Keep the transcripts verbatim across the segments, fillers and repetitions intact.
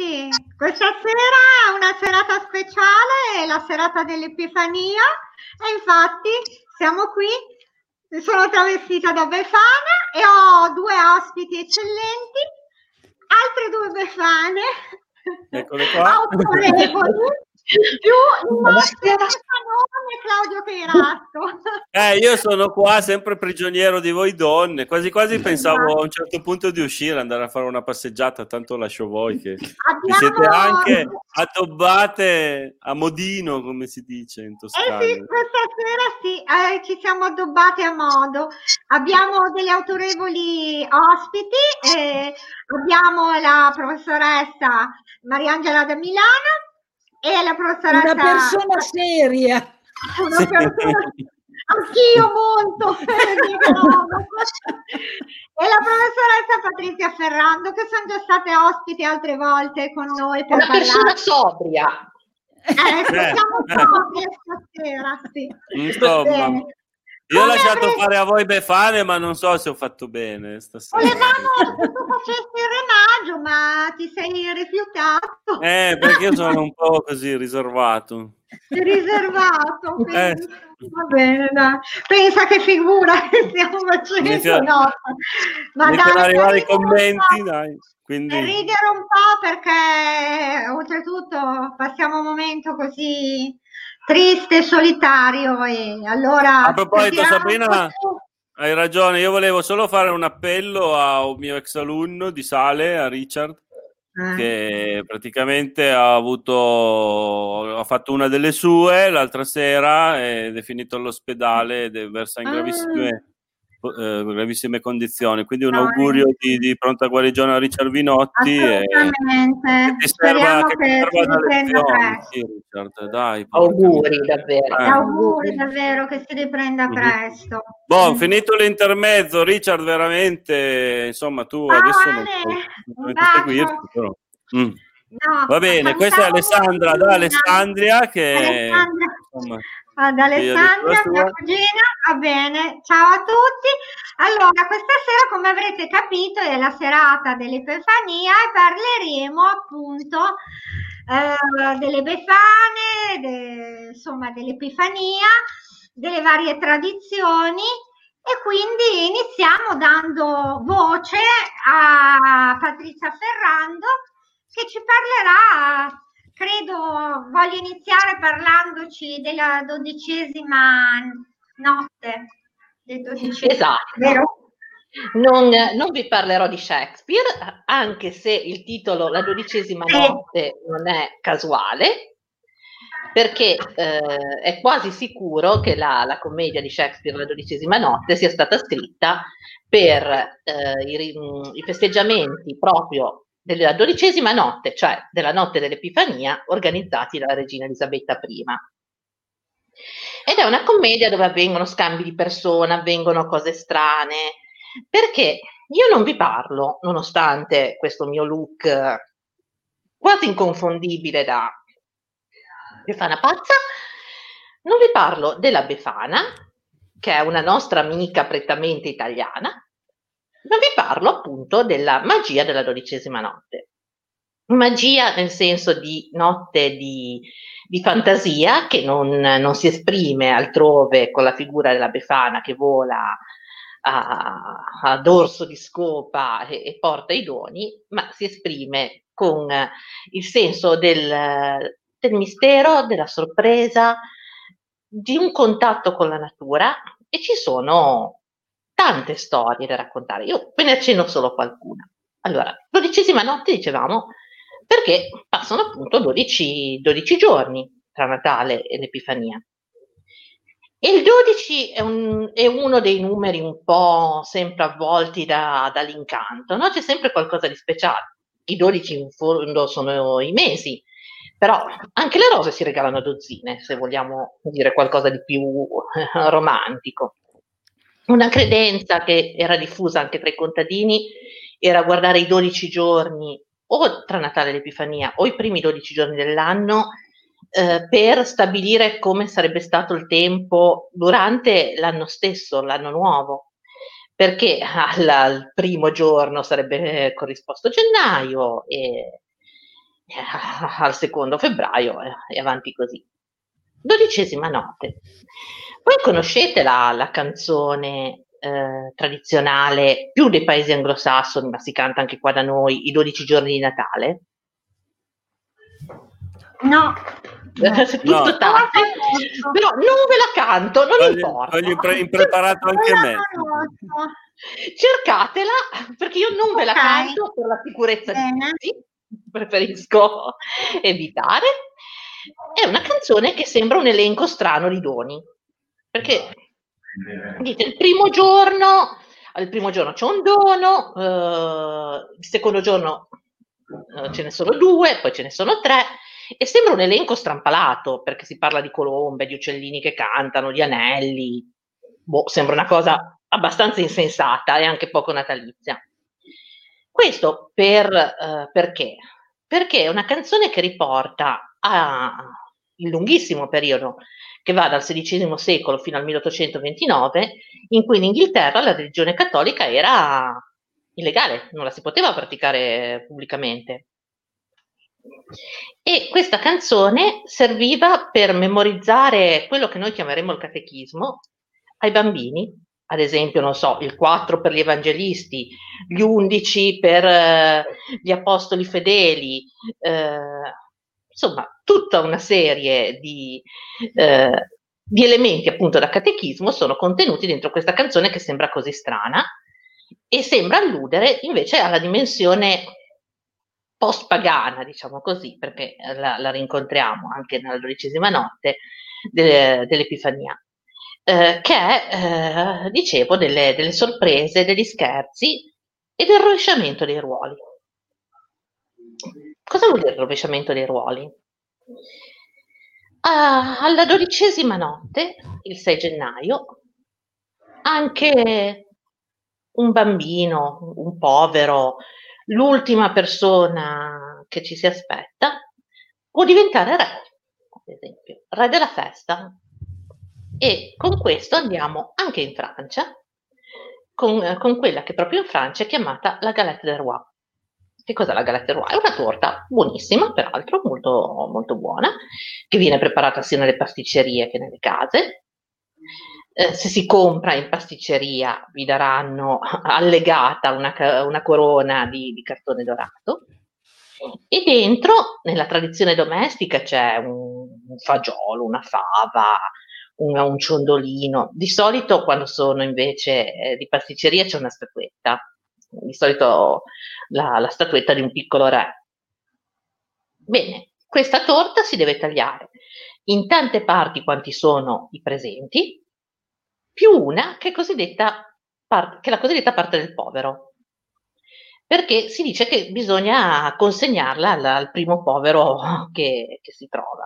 ragazzi, questa sera è una serata speciale, è la serata dell'Epifania e infatti siamo qui, sono travestita da Befana e ho due ospiti eccellenti, altre due Befane, eccole qua, autorevoli, più il nostro Stefanone Claudio Cheirasco. Eh, io sono qua sempre prigioniero di voi donne, quasi quasi pensavo a un certo punto di uscire, andare a fare una passeggiata, tanto lascio voi che Abbiamo... vi siete anche addobbate a modino, come si dice in Toscana. Eh sì, questa sera sì, eh, ci siamo addobbate a modo. Abbiamo degli autorevoli ospiti, eh, abbiamo la professoressa Mariangela da Milano e la professoressa... Una persona seria. Una persona... Anch'io molto e la professoressa Patrizia Ferrando, che sono già state ospiti altre volte con noi per una parlare. Persona sobria. Eh, siamo eh, sobri stasera, sì. Insomma, Bene. io ho Come lasciato avrete... fare a voi Befane, ma non so se ho fatto bene stasera. Volevamo che tu facessi il remaggio, ma ti sei rifiutato. Eh, perché io sono un po' così riservato. Riservato, Eh. va bene, dai. Pensa che figura che stiamo facendo, Inizia, no. Ma iniziano dai, ad arrivare i ridere un commenti, po', dai. Quindi... ridere un po' perché oltretutto passiamo un momento così triste, solitario e allora... A proposito, Sabrina, hai ragione, io volevo solo fare un appello a un mio ex alunno di Sale, a Richard, Eh. che praticamente ha avuto ha fatto una delle sue l'altra sera ed è finito all'ospedale ed è versa in gravissime, eh, gravissime condizioni, quindi un No, augurio eh. di, di pronta guarigione a Richard Vinotti e Assolutamente, che ti serva, speriamo che ti che serva si da riprenda lezione, presto. sì, Richard, dai, porca Auguri, miseria. davvero. Eh. Auguri davvero che si riprenda Mhm. presto. Boh, Mm. finito l'intermezzo, Richard, veramente, insomma, tu Ciao adesso non Ale, puoi un assolutamente bacio. seguirti, però. Mm. No, Va bene, questa è salutiamo Alessandra da Martina. Alessandria che Alessandra. insomma, Ad che io ho detto la Alessandria, mia sua. cugina, va bene, ciao a tutti. Allora, questa sera, come avrete capito, è la serata dell'Epifania e parleremo appunto eh, delle Befane, de, insomma dell'Epifania, delle varie tradizioni e quindi iniziamo dando voce a Patrizia Ferrando che ci parlerà. Credo voglia iniziare parlandoci della dodicesima notte. Del dodicesimo, Esatto. vero? Non, non vi parlerò di Shakespeare, anche se il titolo La dodicesima Sì. notte non è casuale, perché eh, è quasi sicuro che la, la commedia di Shakespeare, La dodicesima notte, sia stata scritta per eh, i, i festeggiamenti proprio della dodicesima notte, cioè della notte dell'Epifania, organizzati dalla regina Elisabetta prima. Ed è una commedia dove avvengono scambi di persone, avvengono cose strane, perché io non vi parlo, nonostante questo mio look quasi inconfondibile da Befana pazza, non vi parlo della Befana, che è una nostra amica prettamente italiana, non vi parlo appunto della magia della dodicesima notte. Magia nel senso di notte di, di fantasia che non, non si esprime altrove con la figura della Befana che vola a, a dorso di scopa e, e porta i doni, ma si esprime con il senso del, del mistero, della sorpresa, di un contatto con la natura e ci sono tante storie da raccontare. Io ve ne accenno solo qualcuna. Allora, dodicesima notte dicevamo perché passano appunto dodici, dodici giorni tra Natale e l'Epifania. E il dodici è, un, è uno dei numeri un po' sempre avvolti da, dall'incanto, no? C'è sempre qualcosa di speciale. I dodici in fondo sono i mesi, però anche le rose si regalano a dozzine, se vogliamo dire qualcosa di più eh, romantico. Una credenza che era diffusa anche tra i contadini era guardare i dodici giorni o tra Natale e l'Epifania o i primi dodici giorni dell'anno eh, per stabilire come sarebbe stato il tempo durante l'anno stesso, l'anno nuovo, perché al, al primo giorno sarebbe corrisposto gennaio e, al secondo febbraio e avanti così. Dodicesima notte. Voi conoscete la, la canzone eh, tradizionale più dei paesi anglosassoni, ma si canta anche qua da noi, i dodici giorni di Natale? No. No. Se tutto No. tardi, però non ve la canto, non Voglio, importa. voglio pre- impreparato anche me. Cercatela, perché io non ve la Okay. canto per la sicurezza Bene. di tutti, preferisco evitare. È una canzone che sembra un elenco strano di doni, perché dite il primo giorno, al primo giorno c'è un dono, eh, il secondo giorno eh, ce ne sono due, poi ce ne sono tre, e sembra un elenco strampalato, perché si parla di colombe, di uccellini che cantano, di anelli. Boh, sembra una cosa abbastanza insensata e anche poco natalizia. Questo per, eh, perché? Perché è una canzone che riporta a il lunghissimo periodo che va dal sedicesimo secolo fino al milleottocentoventinove, in cui in Inghilterra la religione cattolica era illegale, non la si poteva praticare pubblicamente. E questa canzone serviva per memorizzare quello che noi chiameremo il catechismo ai bambini, ad esempio, non so, il quattro per gli evangelisti, gli undici per eh, gli apostoli fedeli, eh, insomma, tutta una serie di, eh, di elementi appunto da catechismo sono contenuti dentro questa canzone che sembra così strana e sembra alludere invece alla dimensione post-pagana, diciamo così, perché la, la rincontriamo anche nella dodicesima notte de, dell'Epifania, eh, che è, eh, dicevo, delle, delle sorprese, degli scherzi e del rovesciamento dei ruoli. Cosa vuol dire il rovesciamento dei ruoli? Ah, alla dodicesima notte, il sei gennaio, anche un bambino, un povero, l'ultima persona che ci si aspetta, può diventare re, ad esempio, re della festa. E con questo andiamo anche in Francia, con, con quella che proprio in Francia è chiamata la galette de roi. Che cos'è la galette de roi? È una torta buonissima, peraltro, molto, molto buona, che viene preparata sia nelle pasticcerie che nelle case. Eh, se si compra in pasticceria vi daranno allegata una, una corona di, di cartone dorato e dentro, nella tradizione domestica, c'è un, un fagiolo, una fava, un, un ciondolino. Di solito quando sono invece eh, di pasticceria c'è una statuetta, di solito la, la statuetta di un piccolo re. Bene, questa torta si deve tagliare in tante parti quanti sono i presenti, più una che è, cosiddetta par- che è la cosiddetta parte del povero, perché si dice che bisogna consegnarla al, al primo povero che, che si trova.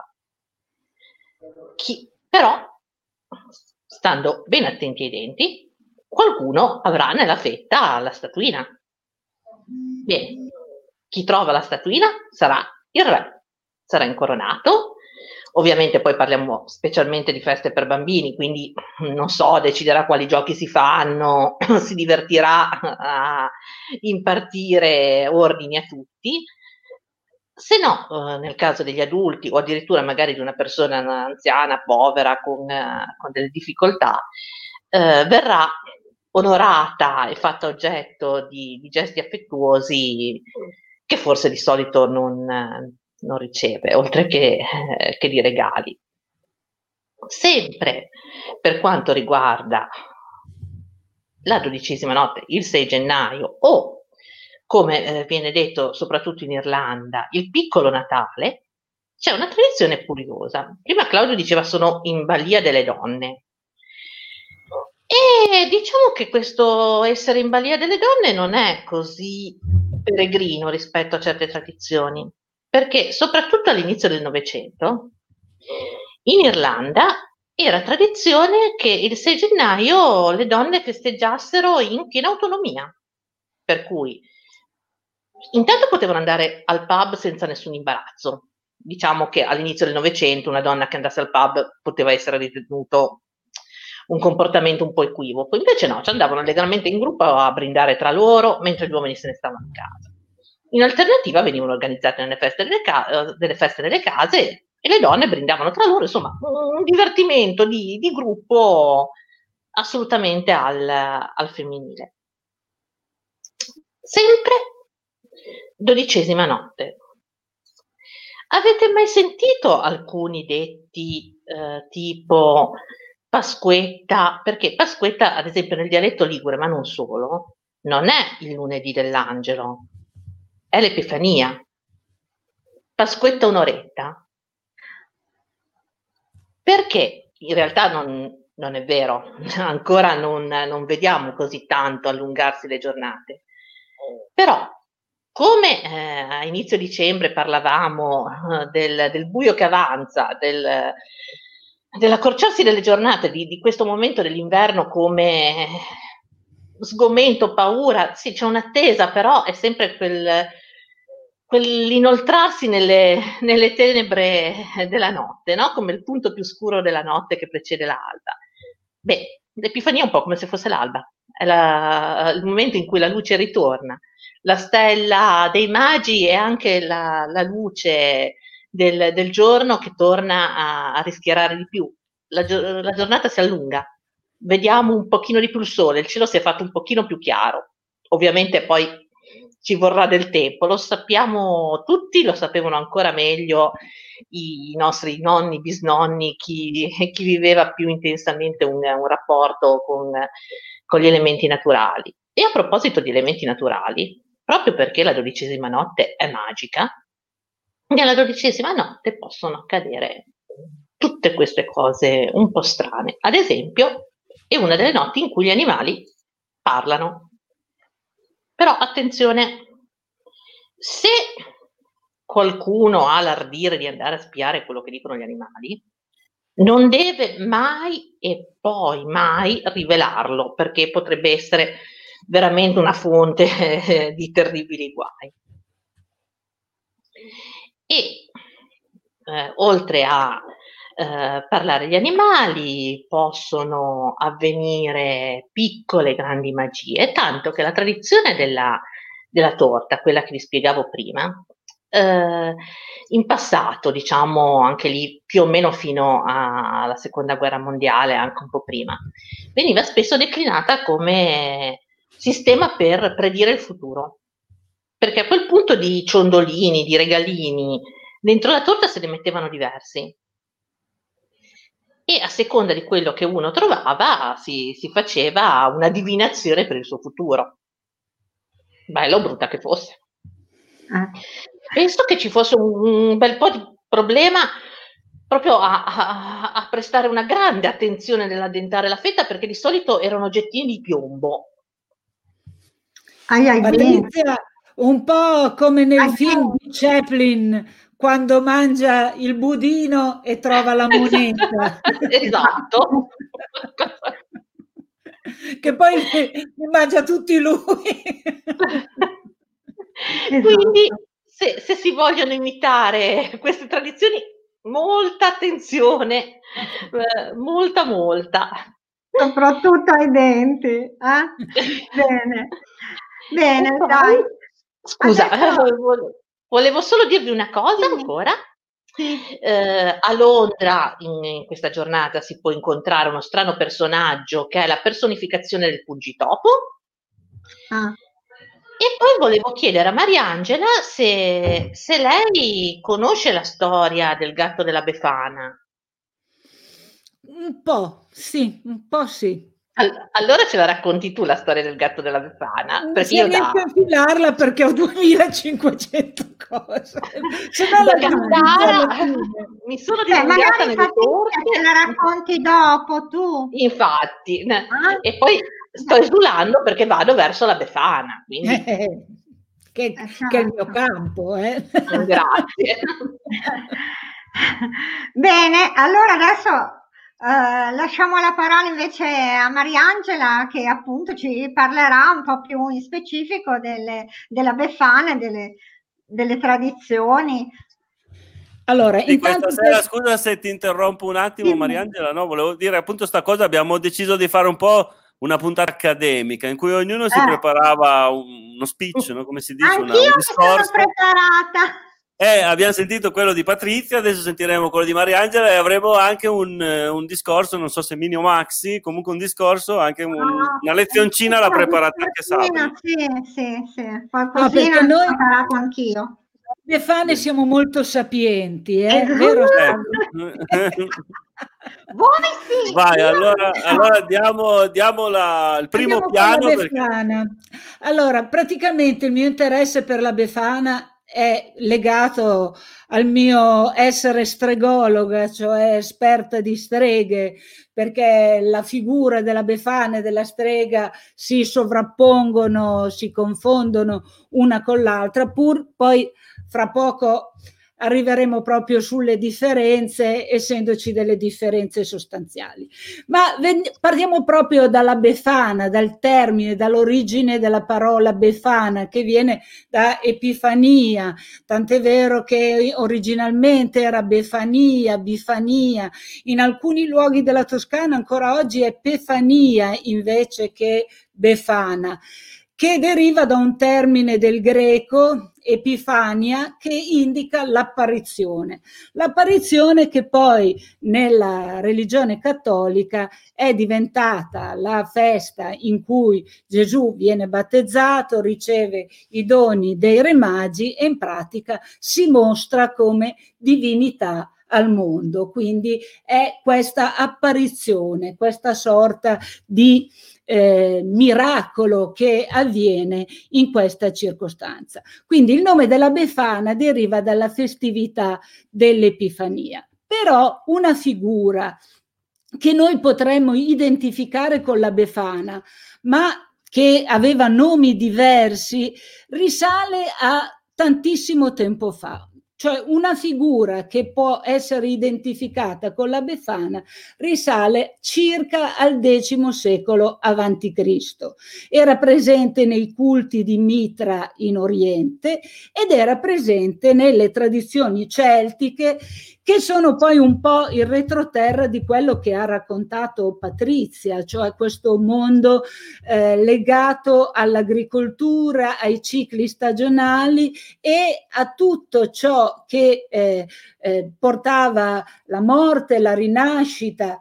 Chi, però, stando ben attenti ai denti, qualcuno avrà nella fetta la statuina. Bene, chi trova la statuina sarà il re, sarà incoronato. Ovviamente poi parliamo specialmente di feste per bambini, quindi non so, deciderà quali giochi si fanno, si divertirà a impartire ordini a tutti. Se no, eh, nel caso degli adulti o addirittura magari di una persona anziana, povera, con, eh, con delle difficoltà, eh, verrà onorata e fatta oggetto di, di gesti affettuosi che forse di solito non, non riceve, oltre che, eh, che di regali. Sempre per quanto riguarda la dodicesima notte, il sei gennaio, o come eh, viene detto soprattutto in Irlanda, il piccolo Natale, c'è una tradizione curiosa. Prima Claudio diceva sono in balia delle donne. E diciamo che questo essere in balia delle donne non è così peregrino rispetto a certe tradizioni, perché soprattutto all'inizio del Novecento in Irlanda era tradizione che il sei gennaio le donne festeggiassero in piena autonomia, per cui intanto potevano andare al pub senza nessun imbarazzo. Diciamo che all'inizio del Novecento una donna che andasse al pub poteva essere ritenuto un comportamento un po' equivoco, invece no, ci andavano legalmente in gruppo a brindare tra loro mentre gli uomini se ne stavano a casa. In alternativa venivano organizzate delle feste nelle, ca- delle feste nelle case e le donne brindavano tra loro, insomma, un divertimento di, di gruppo assolutamente al, al femminile. Sempre dodicesima notte. Avete mai sentito alcuni detti eh, tipo Pasquetta? Perché Pasquetta, ad esempio, nel dialetto ligure, ma non solo, non è il lunedì dell'angelo, è l'Epifania. Pasquetta un'oretta. Perché in realtà non, non è vero, ancora non, non vediamo così tanto allungarsi le giornate. Però, come eh, a inizio dicembre parlavamo eh, del, del buio che avanza, del, dell'accorciarsi delle giornate, di, di questo momento dell'inverno come sgomento, paura, sì, c'è un'attesa, però è sempre quel, quell'inoltrarsi nelle, nelle tenebre della notte, no? Come il punto più scuro della notte che precede l'alba. Beh, l'Epifania è un po' come se fosse l'alba, è la, il momento in cui la luce ritorna. La stella dei magi è anche la, la luce del, del giorno che torna a, a rischiarare di più. La, la giornata si allunga, vediamo un pochino di più il sole, il cielo si è fatto un pochino più chiaro. Ovviamente poi ci vorrà del tempo, lo sappiamo tutti, lo sapevano ancora meglio i nostri nonni, bisnonni, chi, chi viveva più intensamente un, un rapporto con, con gli elementi naturali. E a proposito di elementi naturali, proprio perché la dodicesima notte è magica, nella dodicesima notte possono accadere tutte queste cose un po' strane. Ad esempio, è una delle notti in cui gli animali parlano. Però attenzione, se qualcuno ha l'ardire di andare a spiare quello che dicono gli animali, non deve mai e poi mai rivelarlo, perché potrebbe essere veramente una fonte eh, di terribili guai. E eh, oltre a eh, parlare gli animali, possono avvenire piccole grandi magie, tanto che la tradizione della, della torta, quella che vi spiegavo prima, eh, in passato, diciamo anche lì più o meno fino alla seconda guerra mondiale, anche un po' prima, veniva spesso declinata come sistema per predire il futuro, perché a quel punto di ciondolini, di regalini, dentro la torta se ne mettevano diversi. E a seconda di quello che uno trovava si, si faceva una divinazione per il suo futuro. Bella o brutta che fosse. Eh. Penso che ci fosse un, un bel po' di problema proprio a, a, a prestare una grande attenzione nell'addentare la fetta, perché di solito erano oggettini di piombo. Ai, ai, Patrizia, un po' come nel Ai, film di Chaplin, quando mangia il budino e trova la moneta. Esatto. Che poi li mangia tutti lui. Quindi se, se si vogliono imitare queste tradizioni, molta attenzione, eh, molta molta. Soprattutto ai denti. Eh? Bene, bene, poi, dai. Scusa, Adesso... volevo solo dirvi una cosa sì. ancora. Sì. Eh, a Londra in, in questa giornata si può incontrare uno strano personaggio che è la personificazione del Pungitopo. Ah. E poi volevo chiedere a Mariangela se, se lei conosce la storia del gatto della Befana. Un po', sì, un po' sì. Allora ce la racconti tu la storia del gatto della Befana? Non Perché si io riesce da... a infilarla perché ho duemilacinquecento cose. Se no da la Gandara mi sono divulgata eh, nelle torte. Te la racconti dopo tu. Infatti, ah? E poi sto esulando perché vado verso la Befana. Quindi... Eh, che, esatto. che è il mio campo. Eh. Grazie. Bene, allora adesso Uh, lasciamo la parola invece a Mariangela, che appunto ci parlerà un po' più in specifico delle, della Befana e delle, delle tradizioni. Allora, sì, intanto questa sera, scusa se ti interrompo un attimo, sì. Mariangela, no? Volevo dire appunto sta cosa, abbiamo deciso di fare un po' una puntata accademica in cui ognuno si Eh. preparava un- uno speech, no? Come si dice, una- Anch'io un mi sono discorso. preparata. Eh, abbiamo sentito quello di Patrizia, adesso sentiremo quello di Mariangela e avremo anche un, eh, un discorso, non so se mini o maxi, comunque un discorso, anche un- No, una lezioncina l'ha preparata anche Sabri. Sì, sì, sì, No, qualcosina perché ho noi preparato anch'io. Befane siamo molto sapienti, eh? Esatto. Vero? Ecco. Voi sì. Vai, io allora, no. allora diamo, diamo la- il primo Andiamo con piano. la Perché... Befana. Allora, praticamente il mio interesse per la Befana è legato al mio essere stregologa, cioè esperta di streghe, perché la figura della Befana e della strega si sovrappongono, si confondono una con l'altra, pur poi fra poco arriveremo proprio sulle differenze, essendoci delle differenze sostanziali. Ma partiamo proprio dalla Befana, dal termine, dall'origine della parola Befana, che viene da Epifania, tant'è vero che originalmente era Befania, Bifania, in alcuni luoghi della Toscana ancora oggi è Pefania invece che Befana, che deriva da un termine del greco, epifania, che indica l'apparizione. L'apparizione che poi nella religione cattolica è diventata la festa in cui Gesù viene battezzato, riceve i doni dei re magi e in pratica si mostra come divinità al mondo. Quindi è questa apparizione, questa sorta di Eh, miracolo che avviene in questa circostanza. Quindi il nome della Befana deriva dalla festività dell'Epifania. Però una figura che noi potremmo identificare con la Befana, ma che aveva nomi diversi, risale a tantissimo tempo fa. Cioè una figura che può essere identificata con la Befana risale circa al decimo secolo avanti Cristo. Era presente nei culti di Mitra in Oriente ed era presente nelle tradizioni celtiche, che sono poi un po' il retroterra di quello che ha raccontato Patrizia, cioè questo mondo eh, legato all'agricoltura, ai cicli stagionali e a tutto ciò che eh, eh, portava la morte, la rinascita.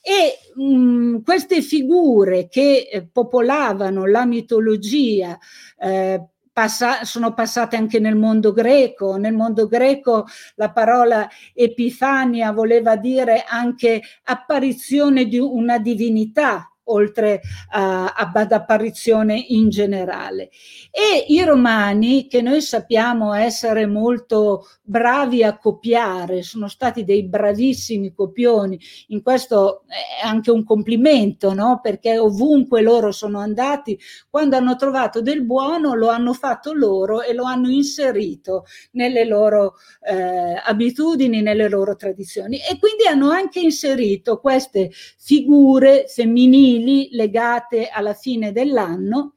E mh, queste figure che eh, popolavano la mitologia eh, passa- sono passate anche nel mondo greco. Nel mondo greco la parola epifania voleva dire anche apparizione di una divinità, oltre a, ad apparizione in generale. E i romani, che noi sappiamo essere molto bravi a copiare, sono stati dei bravissimi copioni, in questo è anche un complimento, no? Perché ovunque loro sono andati, quando hanno trovato del buono lo hanno fatto loro e lo hanno inserito nelle loro eh, abitudini, nelle loro tradizioni, e quindi hanno anche inserito queste figure femminili legate alla fine dell'anno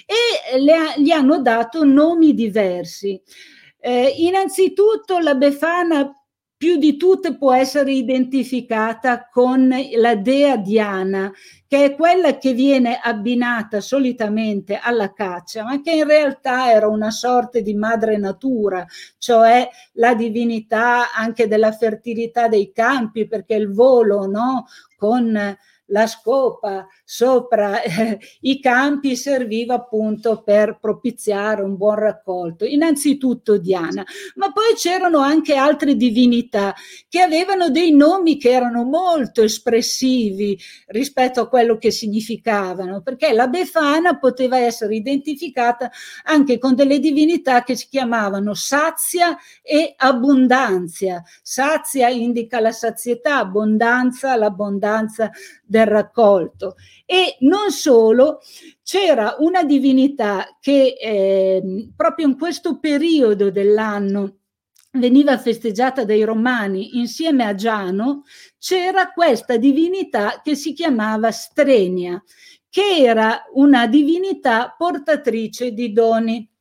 e le, gli hanno dato nomi diversi. Eh, innanzitutto la Befana più di tutte può essere identificata con la dea Diana, che è quella che viene abbinata solitamente alla caccia, ma che in realtà era una sorta di madre natura, cioè la divinità anche della fertilità dei campi, perché il volo, no, con la scopa sopra eh, i campi serviva appunto per propiziare un buon raccolto. Innanzitutto Diana, ma poi c'erano anche altre divinità che avevano dei nomi che erano molto espressivi rispetto a quello che significavano, perché la Befana poteva essere identificata anche con delle divinità che si chiamavano Sazia e Abbondanza. Sazia indica la sazietà, abbondanza l'abbondanza del raccolto. E non solo, c'era una divinità che eh, proprio in questo periodo dell'anno veniva festeggiata dai romani insieme a Giano. C'era questa divinità che si chiamava Strenia, che era una divinità portatrice di doni.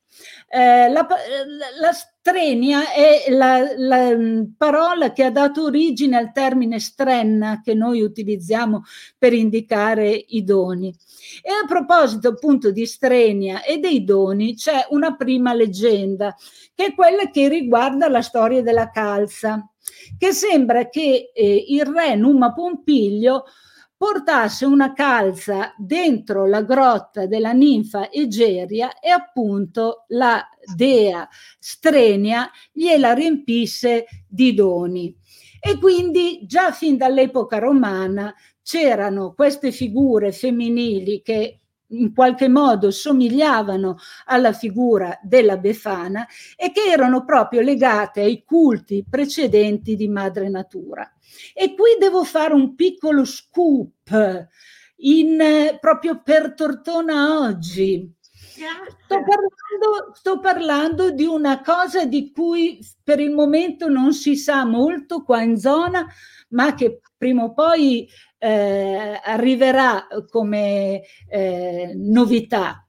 Eh, la, la strenia è la, la parola che ha dato origine al termine strenna che noi utilizziamo per indicare i doni. E a proposito appunto di strenia e dei doni, c'è una prima leggenda, che è quella che riguarda la storia della calza, che sembra che eh, il re Numa Pompilio portasse una calza dentro la grotta della ninfa Egeria e appunto la dea Strenia gliela riempisse di doni. E quindi già fin dall'epoca romana c'erano queste figure femminili che in qualche modo somigliavano alla figura della Befana e che erano proprio legate ai culti precedenti di madre natura. E qui devo fare un piccolo scoop in, proprio per Tortona oggi. Sto parlando, sto parlando di una cosa di cui per il momento non si sa molto qua in zona, ma che prima o poi eh, arriverà come eh, novità.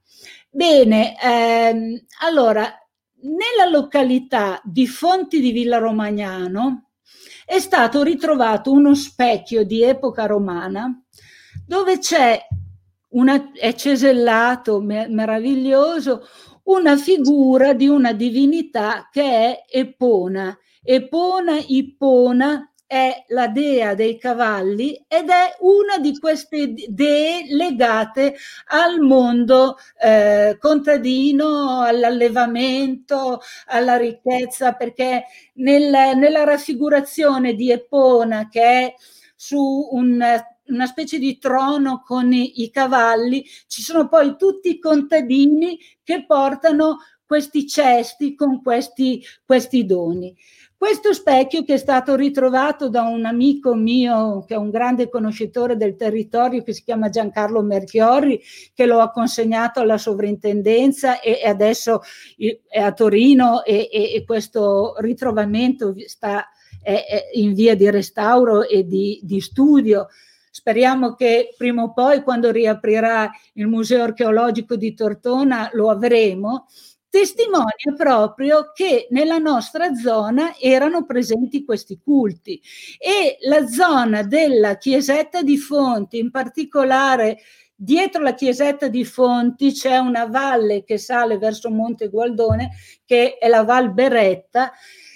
Bene, ehm, allora, nella località di Fonti di Villaromagnano è stato ritrovato uno specchio di epoca romana dove c'è una, è cesellato, meraviglioso, una figura di una divinità che è Epona. Epona, Ippona, è la dea dei cavalli ed è una di queste dee legate al mondo eh, contadino, all'allevamento, alla ricchezza, perché nel, nella raffigurazione di Epona, che è su un, una specie di trono con i, i cavalli, ci sono poi tutti i contadini che portano questi cesti con questi, questi doni. Questo specchio, che è stato ritrovato da un amico mio che è un grande conoscitore del territorio, che si chiama Giancarlo Merchiorri, che lo ha consegnato alla sovrintendenza e, e adesso è a Torino e, e, e questo ritrovamento sta è, è in via di restauro e di, di studio. Speriamo che prima o poi, quando riaprirà il Museo Archeologico di Tortona, lo avremo. Testimonia proprio che nella nostra zona erano presenti questi culti e la zona della chiesetta di Fonti, in particolare dietro la chiesetta di Fonti c'è una valle che sale verso Monte Gualdone, che è la Val Beretta.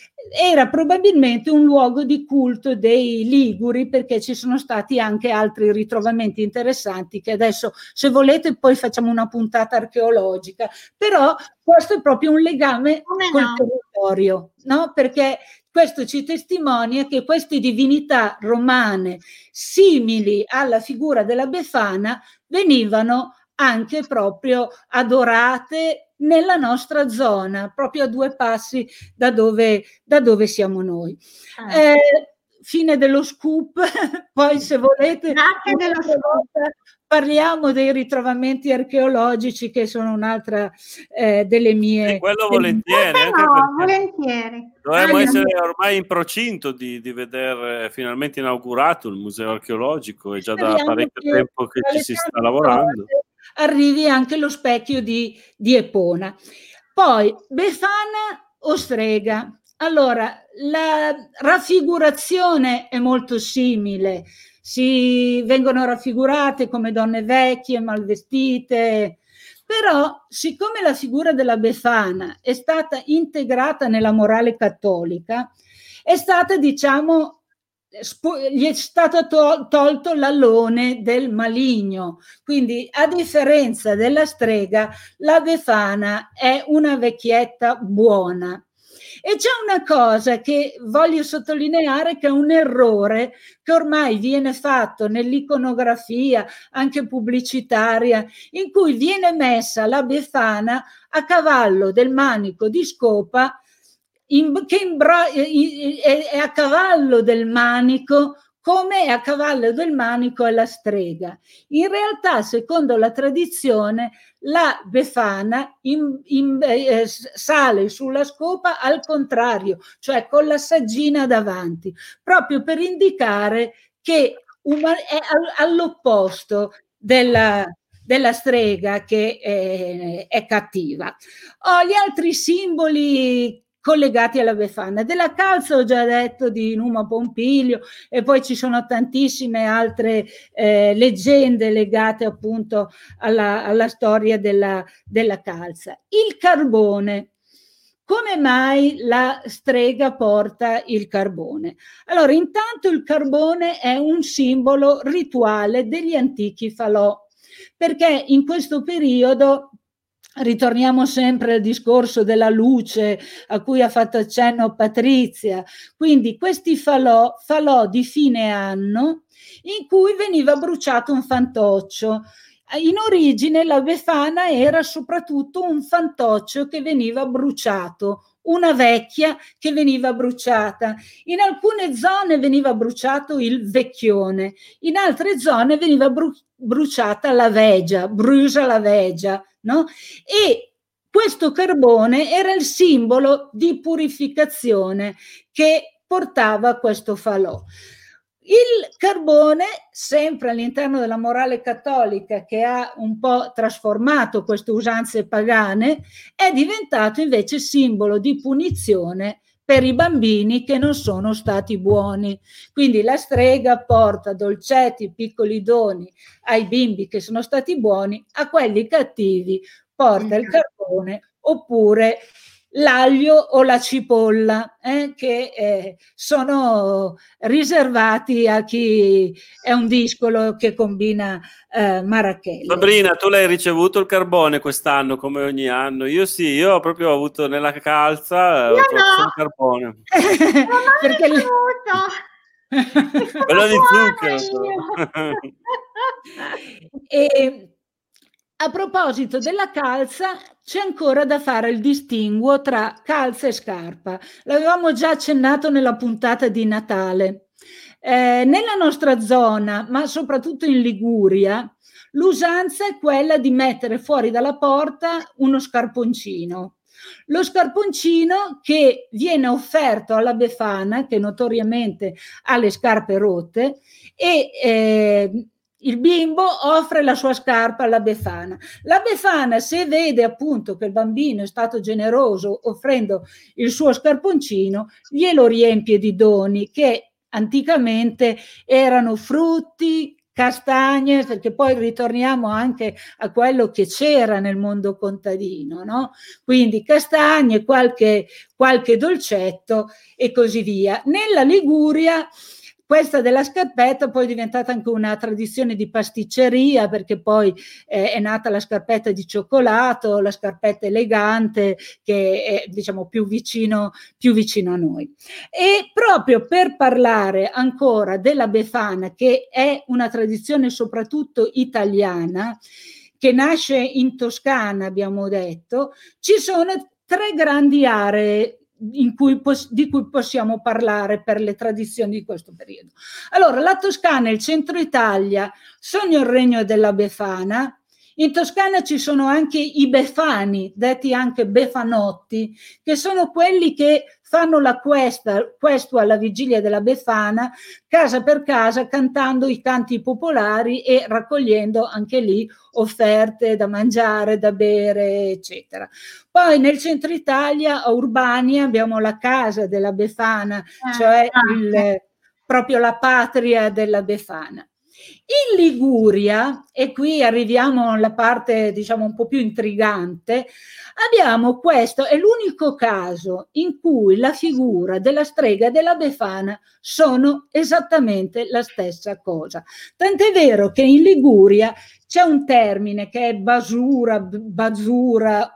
Era probabilmente un luogo di culto dei Liguri, perché ci sono stati anche altri ritrovamenti interessanti che adesso, se volete, poi facciamo una puntata archeologica, però questo è proprio un legame Come col no? territorio, no? Perché questo ci testimonia che queste divinità romane simili alla figura della Befana venivano anche proprio adorate nella nostra zona, proprio a due passi da dove, da dove siamo noi. Ah. Eh, fine dello scoop, poi se volete Grazie dello volta, parliamo dei ritrovamenti archeologici, che sono un'altra eh, delle mie... E quello delle volentieri, mie... anche no, perché volentieri. dovremmo Ah, essere ormai in procinto di, di vedere finalmente inaugurato il museo archeologico, è già da parecchio che tempo che ci si sta lavorando. Arrivi anche lo specchio di, di Epona. Poi Befana o strega. Allora, la raffigurazione è molto simile, si vengono raffigurate come donne vecchie, mal vestite, però siccome la figura della Befana è stata integrata nella morale cattolica, è stata, diciamo, gli è stato tol- tolto l'alone del maligno, quindi a differenza della strega la Befana è una vecchietta buona. E c'è una cosa che voglio sottolineare, che è un errore che ormai viene fatto nell'iconografia anche pubblicitaria, in cui viene messa la Befana a cavallo del manico di scopa, In, che imbra- è, è a cavallo del manico, come è a cavallo del manico è la strega. In realtà, secondo la tradizione, la Befana in, in, eh, sale sulla scopa al contrario, cioè con la saggina davanti, proprio per indicare che uma- è all'opposto della, della strega che è, è cattiva. Ho gli altri simboli collegati alla Befana. Della calza ho già detto, di Numa Pompilio, e poi ci sono tantissime altre eh, leggende legate appunto alla, alla storia della, della calza. Il carbone. Come mai la strega porta il carbone? Allora, intanto il carbone è un simbolo rituale degli antichi falò, perché in questo periodo, ritorniamo sempre al discorso della luce a cui ha fatto accenno Patrizia, quindi questi falò, falò di fine anno in cui veniva bruciato un fantoccio. In origine la Befana era soprattutto un fantoccio che veniva bruciato, una vecchia che veniva bruciata. In alcune zone veniva bruciato il vecchione, in altre zone veniva bru- bruciata la vegia, brucia la vegia, no? E questo carbone era il simbolo di purificazione che portava questo falò. Il carbone, sempre all'interno della morale cattolica che ha un po' trasformato queste usanze pagane, è diventato invece simbolo di punizione per i bambini che non sono stati buoni. Quindi la strega porta dolcetti, piccoli doni ai bimbi che sono stati buoni, a quelli cattivi porta il carbone oppure l'aglio o la cipolla, eh, che eh, sono riservati a chi è un discolo che combina eh, marachelle. Sabrina, tu l'hai ricevuto il carbone quest'anno come ogni anno? Io sì, io ho proprio avuto nella calza io ho trovato no. il carbone. Non l'ho Perché ricevuto. Quello di zucchero. E a proposito della calza, c'è ancora da fare il distinguo tra calza e scarpa. L'avevamo già accennato nella puntata di Natale. Eh, nella nostra zona, ma soprattutto in Liguria, l'usanza è quella di mettere fuori dalla porta uno scarponcino. Lo scarponcino che viene offerto alla Befana, che notoriamente ha le scarpe rotte, e eh, il bimbo offre la sua scarpa alla Befana. La Befana, se vede appunto che il bambino è stato generoso offrendo il suo scarponcino, glielo riempie di doni che anticamente erano frutti, castagne, perché poi ritorniamo anche a quello che c'era nel mondo contadino, no? Quindi castagne, qualche, qualche dolcetto e così via. Nella Liguria questa della scarpetta poi è diventata anche una tradizione di pasticceria, perché poi eh, è nata la scarpetta di cioccolato, la scarpetta elegante, che è diciamo più vicino, più vicino a noi. E proprio per parlare ancora della Befana, che è una tradizione soprattutto italiana, che nasce in Toscana, abbiamo detto, ci sono tre grandi aree in cui pos- di cui possiamo parlare per le tradizioni di questo periodo. Allora, la Toscana e il centro Italia sono il regno della Befana. In Toscana ci sono anche i befani, detti anche befanotti, che sono quelli che fanno la questa, questo alla vigilia della Befana, casa per casa, cantando i canti popolari e raccogliendo anche lì offerte da mangiare, da bere, eccetera. Poi nel centro Italia, a Urbania, abbiamo la casa della Befana, cioè il, proprio la patria della Befana. In Liguria, e qui arriviamo alla parte diciamo un po' più intrigante, abbiamo questo, è l'unico caso in cui la figura della strega e della Befana sono esattamente la stessa cosa. Tant'è vero che in Liguria c'è un termine che è basura, basura,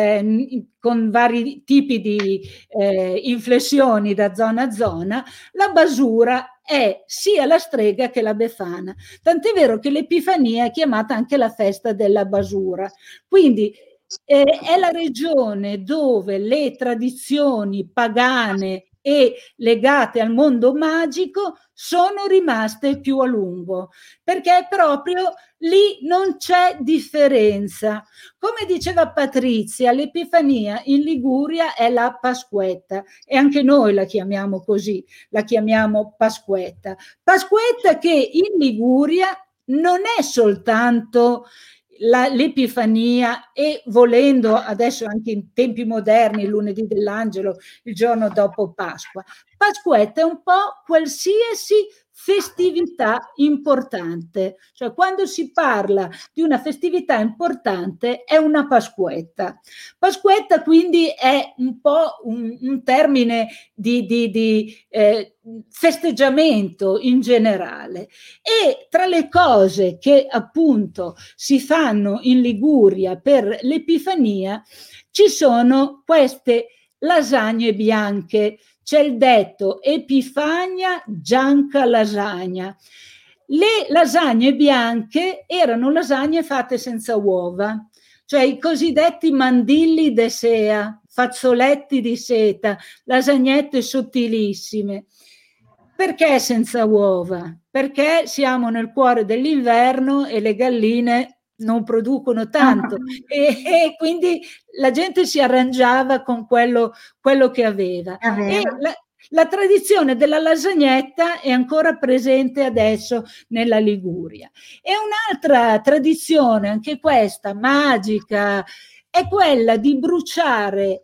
eh, con vari tipi di eh, inflessioni da zona a zona. La basura è sia la strega che la Befana. Tant'è vero che l'Epifania è chiamata anche la festa della basura. Quindi eh, è la regione dove le tradizioni pagane e legate al mondo magico sono rimaste più a lungo, perché proprio lì non c'è differenza. Come diceva Patrizia, l'Epifania in Liguria è la Pasquetta e anche noi la chiamiamo così, la chiamiamo Pasquetta. Pasquetta che in Liguria non è soltanto la, l'Epifania e, volendo adesso anche in tempi moderni, il lunedì dell'Angelo, il giorno dopo Pasqua. Pasquetta è un po' qualsiasi festività importante, cioè quando si parla di una festività importante è una Pasquetta. Pasquetta quindi è un po' un, un termine di, di, di eh, festeggiamento in generale, e tra le cose che appunto si fanno in Liguria per l'Epifania ci sono queste lasagne bianche. C'è il detto Epifania gianca lasagna. Le lasagne bianche erano lasagne fatte senza uova, cioè i cosiddetti mandilli de sea, fazzoletti di seta, lasagnette sottilissime. Perché senza uova? Perché siamo nel cuore dell'inverno e le galline non producono tanto, e, e quindi la gente si arrangiava con quello, quello che aveva. aveva. E la, la tradizione della lasagnetta è ancora presente adesso nella Liguria. E un'altra tradizione, anche questa magica, è quella di bruciare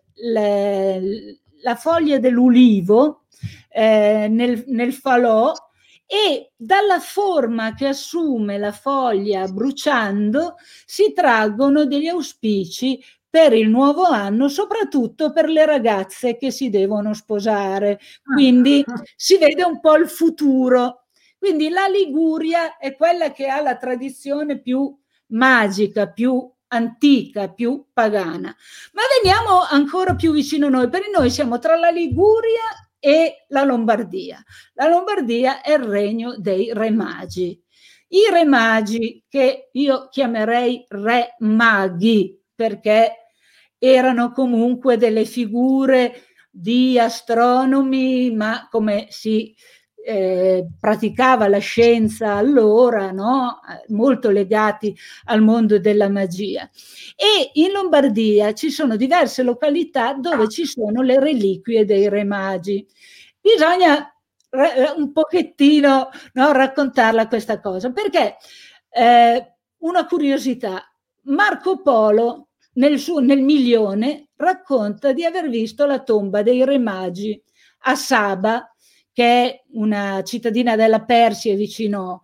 le, la foglia dell'ulivo eh, nel, nel falò, e dalla forma che assume la foglia bruciando si traggono degli auspici per il nuovo anno, soprattutto per le ragazze che si devono sposare. Quindi si vede un po' il futuro. Quindi la Liguria è quella che ha la tradizione più magica, più antica, più pagana. Ma veniamo ancora più vicino a noi, perché noi siamo tra la Liguria e la Lombardia. La Lombardia è il regno dei Re Magi. I Re Magi, che io chiamerei Re Maghi, perché erano comunque delle figure di astronomi, ma come si eh, praticava la scienza allora, no? Molto legati al mondo della magia. E in Lombardia ci sono diverse località dove ci sono le reliquie dei Re Magi. Bisogna un pochettino, no, raccontarla questa cosa, perché eh, una curiosità: Marco Polo nel, suo, nel Milione racconta di aver visto la tomba dei Re Magi a Saba, che è una cittadina della Persia vicino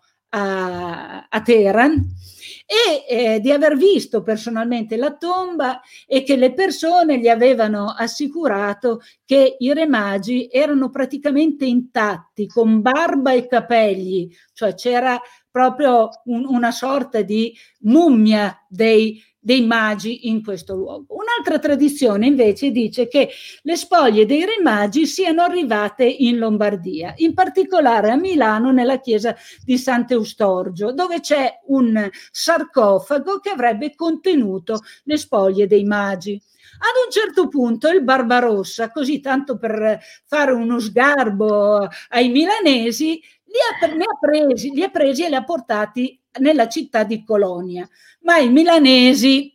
a, a Teheran, e eh, di aver visto personalmente la tomba, e che le persone gli avevano assicurato che i Re Magi erano praticamente intatti, con barba e capelli, cioè c'era proprio un, una sorta di mummia dei dei magi in questo luogo. Un'altra tradizione invece dice che le spoglie dei Re Magi siano arrivate in Lombardia, in particolare a Milano nella chiesa di Sant'Eustorgio, dove c'è un sarcofago che avrebbe contenuto le spoglie dei magi. Ad un certo punto il Barbarossa, così tanto per fare uno sgarbo ai milanesi, li ha, li ha presi, li ha presi e li ha portati nella città di Colonia, ma i milanesi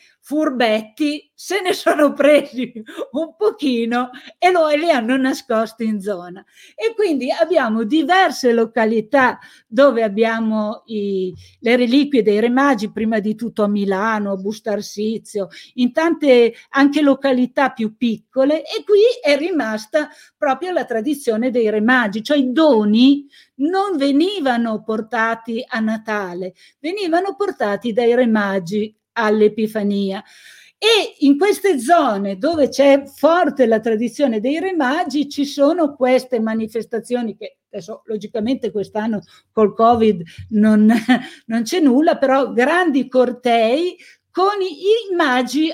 furbetti se ne sono presi un pochino e, lo, e li hanno nascosti in zona, e quindi abbiamo diverse località dove abbiamo i, le reliquie dei Re Magi, prima di tutto a Milano, a Bustarsizio, in tante anche località più piccole, e qui è rimasta proprio la tradizione dei Re Magi, cioè i doni non venivano portati a Natale, venivano portati dai Re Magi all'Epifania. E in queste zone dove c'è forte la tradizione dei Re Magi ci sono queste manifestazioni che adesso logicamente quest'anno col Covid non, non c'è nulla, però grandi cortei con i, i magi,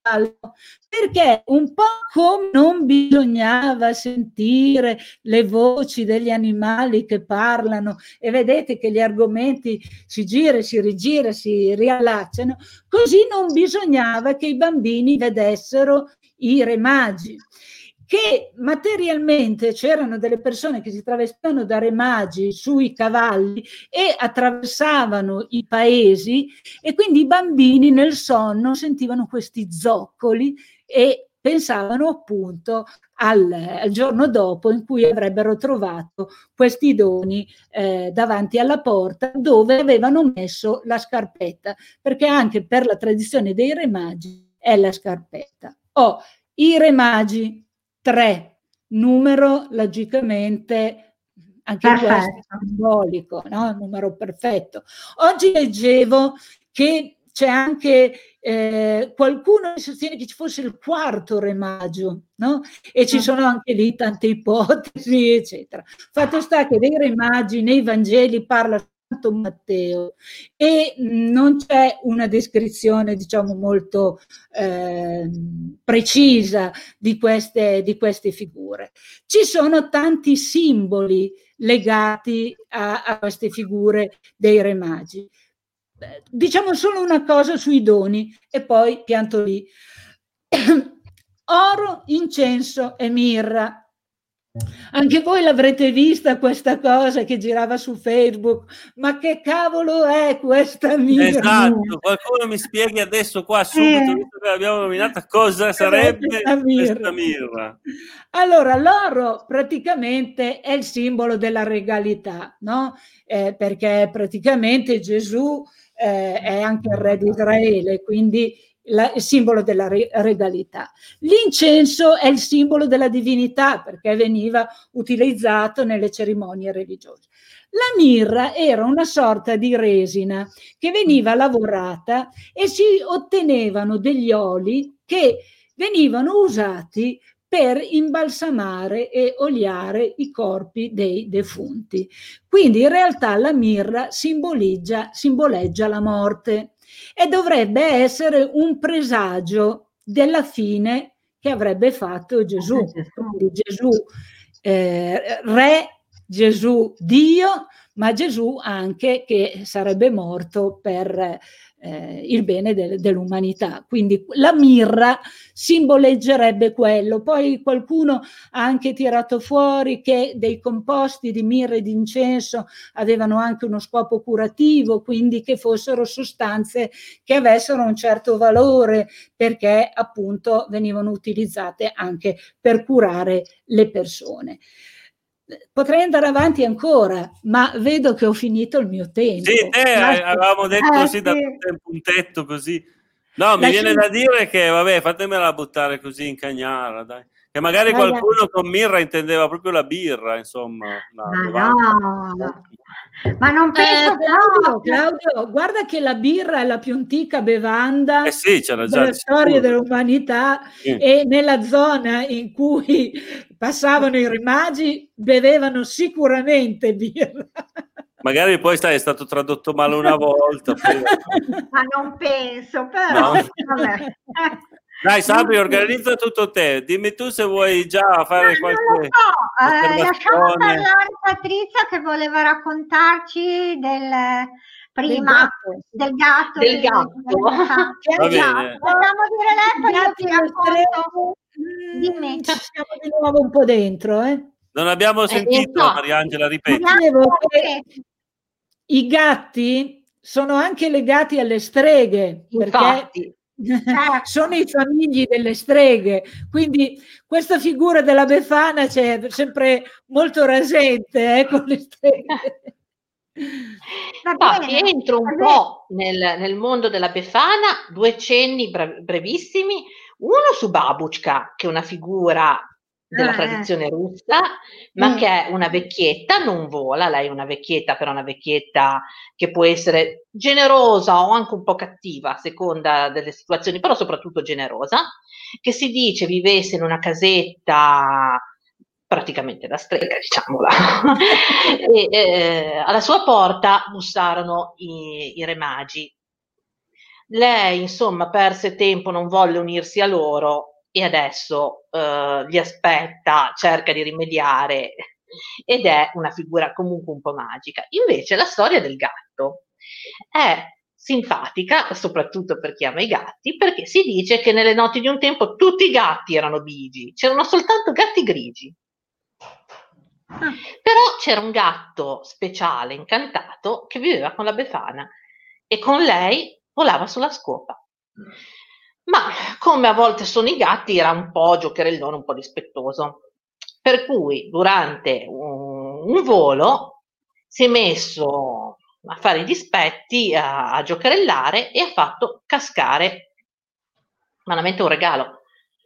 perché un po' come non bisognava sentire le voci degli animali che parlano e vedete che gli argomenti si gira, si rigira, si riallacciano, così non bisognava che i bambini vedessero i Re Magi, che materialmente c'erano delle persone che si travestivano da Re Magi sui cavalli e attraversavano i paesi, e quindi i bambini nel sonno sentivano questi zoccoli e pensavano appunto al, al giorno dopo in cui avrebbero trovato questi doni eh, davanti alla porta dove avevano messo la scarpetta, perché anche per la tradizione dei Re Magi è la scarpetta. Oh, i Re Magi, tre, numero logicamente anche Perfetto. questo simbolico, no? Il numero perfetto. Oggi leggevo che c'è anche eh, qualcuno che sostiene che ci fosse il quarto Re Maggio, no? E ci sono anche lì tante ipotesi, eccetera. Fatto sta che dei Re Magi nei Vangeli parla Santo Matteo e non c'è una descrizione, diciamo, molto eh, precisa di queste, di queste figure. Ci sono tanti simboli legati a, a queste figure dei Re Magi. Diciamo solo una cosa sui doni e poi pianto lì. Oro, incenso e mirra. Anche voi l'avrete vista questa cosa che girava su Facebook, ma che cavolo è questa mirra? Esatto, qualcuno mi spieghi adesso qua subito, Eh. visto che l'abbiamo nominata, cosa sarebbe questa mirra? questa mirra? Allora, l'oro praticamente è il simbolo della regalità, no? Eh, perché praticamente Gesù eh, è anche il re di Israele, quindi la, il simbolo della re, regalità. L'incenso è il simbolo della divinità perché veniva utilizzato nelle cerimonie religiose. La mirra era una sorta di resina che veniva lavorata e si ottenevano degli oli che venivano usati per imbalsamare e oliare i corpi dei defunti. Quindi in realtà la mirra simboleggia, simboleggia la morte e dovrebbe essere un presagio della fine che avrebbe fatto Gesù. Quindi Gesù eh, re, Gesù Dio, ma Gesù anche che sarebbe morto per eh, il bene del, dell'umanità. Quindi la mirra simboleggerebbe quello. Poi qualcuno ha anche tirato fuori che dei composti di mirra e di incenso avevano anche uno scopo curativo, quindi che fossero sostanze che avessero un certo valore perché appunto venivano utilizzate anche per curare le persone. Potrei andare avanti ancora, ma vedo che ho finito il mio tempo. Sì, te avevamo detto eh, sì, da sì. un puntetto così. No, mi Lasci- viene da dire che, vabbè, fatemela buttare così in cagnara, dai. Che magari Dai, qualcuno con mirra intendeva proprio la birra, insomma. La Ma bevanda. no, ma non penso Eh, Claudio, proprio. Claudio, guarda che la birra è la più antica bevanda Eh sì, c'era già della di storia sicuro. dell'umanità Sì. e nella zona in cui passavano i Re Magi bevevano sicuramente birra. Magari poi sai, è stato tradotto male una volta. Poi... Ma non penso, però. No. Vabbè. Dai Sabri, organizza tutto te. Dimmi tu se vuoi già fare No, qualche non lo so. Eh, lasciamo osservazione. parlare Patrizia che voleva raccontarci del prima gatto. del gatto. Del di- gatto. del Va gatto. bene. Possiamo dire lei, poi io Gatti ti alle racconto. streghe, Dimmi. mm, ci siamo di nuovo un po' dentro, eh? Non abbiamo sentito, infatti. Mariangela, ripeti. Dicevo che i gatti sono anche legati alle streghe perché Infatti. sono i famigli delle streghe, quindi questa figura della Befana c'è sempre molto rasente eh, con le streghe. Va Infatti, bene, entro un va po' nel, nel mondo della Befana, due cenni bre- brevissimi, uno su Babushka, che è una figura della Ah, eh. tradizione russa, ma Mm. che è una vecchietta, non vola, lei è una vecchietta, però una vecchietta che può essere generosa o anche un po' cattiva a seconda delle situazioni, però soprattutto generosa, che si dice vivesse in una casetta praticamente da strega, diciamola. e, eh, alla sua porta bussarono i, i Re Magi. Lei, insomma, perse tempo, non volle unirsi a loro e adesso eh, li aspetta, cerca di rimediare ed è una figura comunque un po' magica. Invece la storia del gatto è simpatica, soprattutto per chi ama i gatti, perché si dice che nelle notti di un tempo tutti i gatti erano bigi, c'erano soltanto gatti grigi. Però c'era un gatto speciale, incantato, che viveva con la Befana e con lei volava sulla scopa. Ma come a volte sono i gatti, era un po' giocherellone, un po' dispettoso. Per cui durante un, un volo si è messo a fare i dispetti, a, a giocherellare e ha fatto cascare malamente un regalo.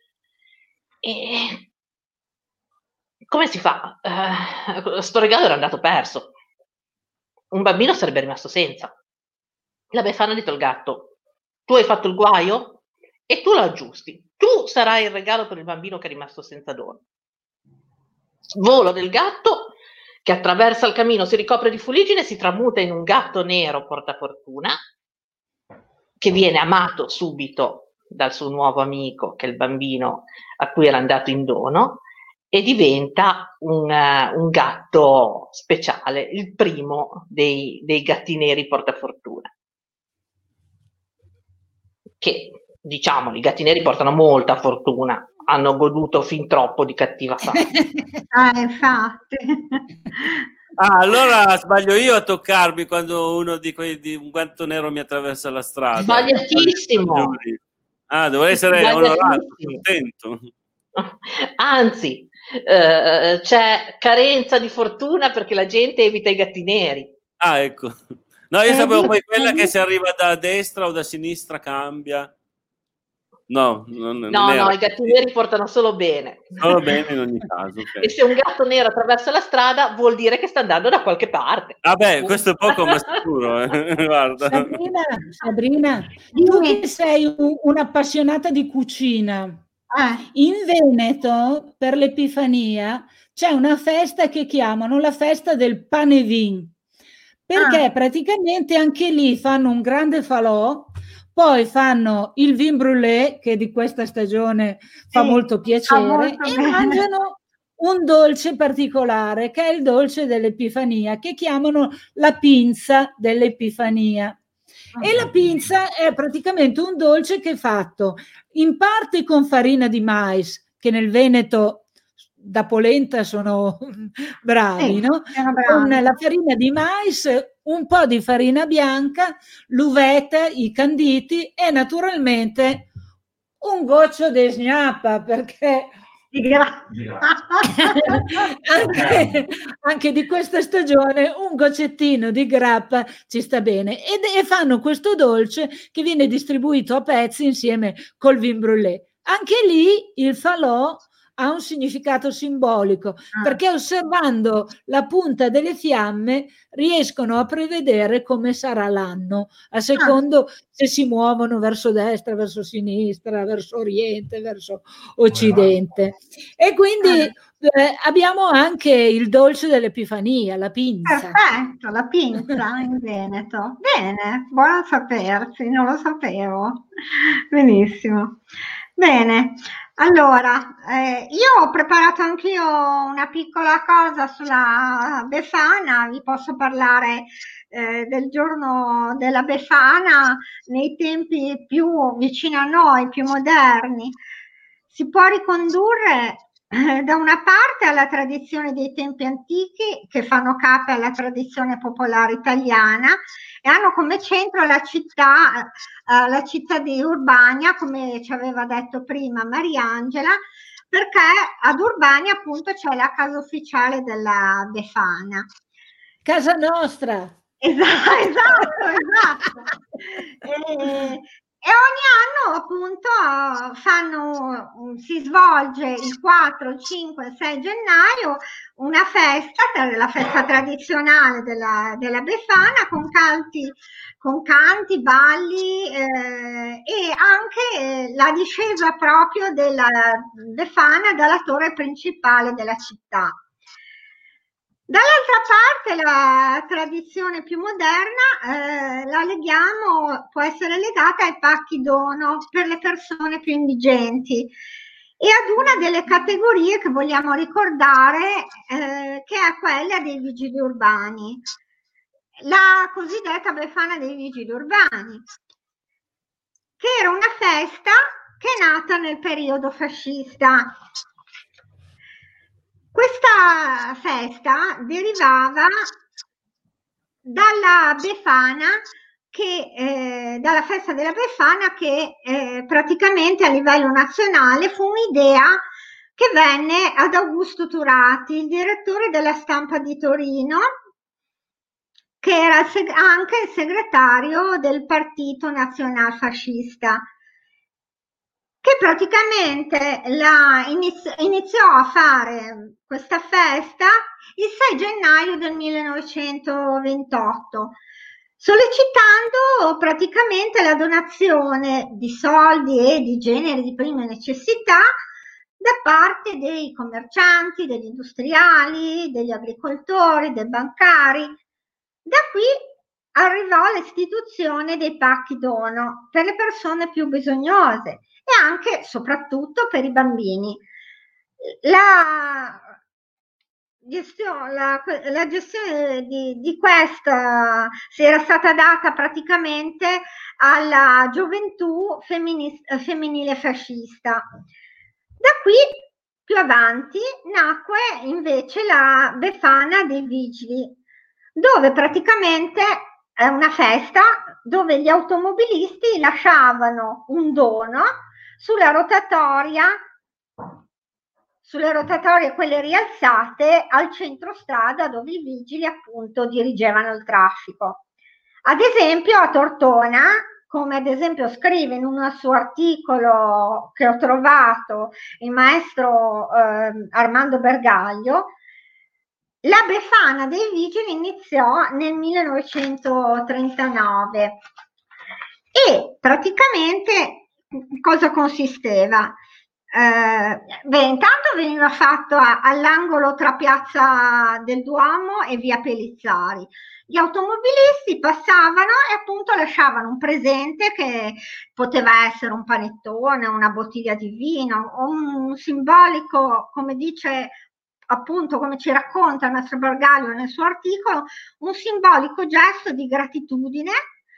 E come si fa? Eh, sto regalo era andato perso. Un bambino sarebbe rimasto senza. La Befana ha detto al gatto: tu hai fatto il guaio e tu lo aggiusti. Tu sarai il regalo per il bambino che è rimasto senza dono. Volo del gatto che attraversa il camino, si ricopre di fuliggine, si tramuta in un gatto nero portafortuna che viene amato subito dal suo nuovo amico, che è il bambino a cui era andato in dono, e diventa un, uh, un gatto speciale, il primo dei, dei gatti neri portafortuna. Che, diciamo, i gatti neri portano molta fortuna, hanno goduto fin troppo di cattiva fama. Ah, infatti. Ah, allora sbaglio io a toccarmi quando uno di quei di un gatto nero mi attraversa la strada. Sbagliatissimo. Ah, devo essere onorato, contento. Anzi, eh, c'è carenza di fortuna perché la gente evita i gatti neri. Ah, ecco. No, io sapevo poi quella che se arriva da destra o da sinistra cambia. No, non, non no, era no, i gatti neri portano solo bene. Solo bene in ogni caso. Okay. E se un gatto nero attraversa la strada vuol dire che sta andando da qualche parte. Vabbè, questo è poco ma sicuro. Eh. Guarda. Sabrina, Sabrina, tu che sei un, un'appassionata di cucina, eh. in Veneto per l'Epifania c'è una festa che chiamano la festa del pane vin, perché ah. praticamente anche lì fanno un grande falò, poi fanno il vin brûlé, che di questa stagione fa sì, molto piacere, molto e bene. Mangiano un dolce particolare, che è il dolce dell'Epifania, che chiamano la pinza dell'Epifania. Oh, e la pinza è praticamente un dolce che è fatto in parte con farina di mais, che nel Veneto da polenta sono bravi, sì, no? Con la farina di mais, un po' di farina bianca, l'uvetta, i canditi e naturalmente un goccio di snappa, perché anche, anche di questa stagione un goccettino di grappa ci sta bene, ed, e fanno questo dolce che viene distribuito a pezzi insieme col vin brûlé. Anche lì il falò ha un significato simbolico, ah. perché osservando la punta delle fiamme riescono a prevedere come sarà l'anno, a secondo ah. se si muovono verso destra, verso sinistra, verso oriente, verso occidente. E quindi ah. eh, abbiamo anche il dolce dell'Epifania, la pinza. Perfetto, la pinza in Veneto. Bene, buono sapersi, non lo sapevo. Benissimo. Bene. Allora, eh, io ho preparato anch'io una piccola cosa sulla Befana, vi posso parlare eh, del giorno della Befana nei tempi più vicini a noi, più moderni. Si può ricondurre eh, da una parte alla tradizione dei tempi antichi che fanno capo alla tradizione popolare italiana e hanno come centro la città, eh, la città di Urbania, come ci aveva detto prima Mariangela, perché ad Urbania appunto c'è la casa ufficiale della Befana. Casa nostra! Esatto, esatto, esatto. E, e ogni anno appunto fanno, si svolge il quattro, cinque, sei gennaio una festa, la festa tradizionale della, della Befana con canti, con canti, balli eh, e anche la discesa proprio della Befana dalla torre principale della città. Dall'altra parte la tradizione più moderna eh, la leghiamo, può essere legata ai pacchi dono per le persone più indigenti e ad una delle categorie che vogliamo ricordare eh, che è quella dei vigili urbani, la cosiddetta Befana dei vigili urbani, che era una festa che è nata nel periodo fascista. Questa festa derivava dalla Befana che che, eh, dalla festa della Befana che eh, praticamente a livello nazionale fu un'idea che venne ad Augusto Turati, il direttore della Stampa di Torino, che era anche il segretario del Partito Nazionalfascista, che praticamente la inizi- iniziò a fare questa festa il sei gennaio del millenovecentoventotto, sollecitando praticamente la donazione di soldi e di generi di prima necessità da parte dei commercianti, degli industriali, degli agricoltori, dei bancari. Da qui arrivò l'istituzione dei pacchi dono per le persone più bisognose e anche soprattutto per i bambini. La gestione, la, la gestione di, di questa si era stata data praticamente alla gioventù femminis, femminile fascista. Da qui più avanti nacque invece la Befana dei Vigili, dove praticamente è una festa dove gli automobilisti lasciavano un dono sulla rotatoria, sulle rotatorie quelle rialzate al centro strada dove i vigili appunto dirigevano il traffico. Ad esempio a Tortona, come ad esempio scrive in un suo articolo che ho trovato il maestro eh, Armando Bergaglio, la Befana dei Vigili iniziò nel millenovecentotrentanove e praticamente cosa consisteva? Eh, beh, intanto veniva fatto a, all'angolo tra Piazza del Duomo e via Pelizzari. Gli automobilisti passavano e appunto lasciavano un presente che poteva essere un panettone, una bottiglia di vino, o un simbolico, come dice appunto, come ci racconta il nostro Bergaglio nel suo articolo, un simbolico gesto di gratitudine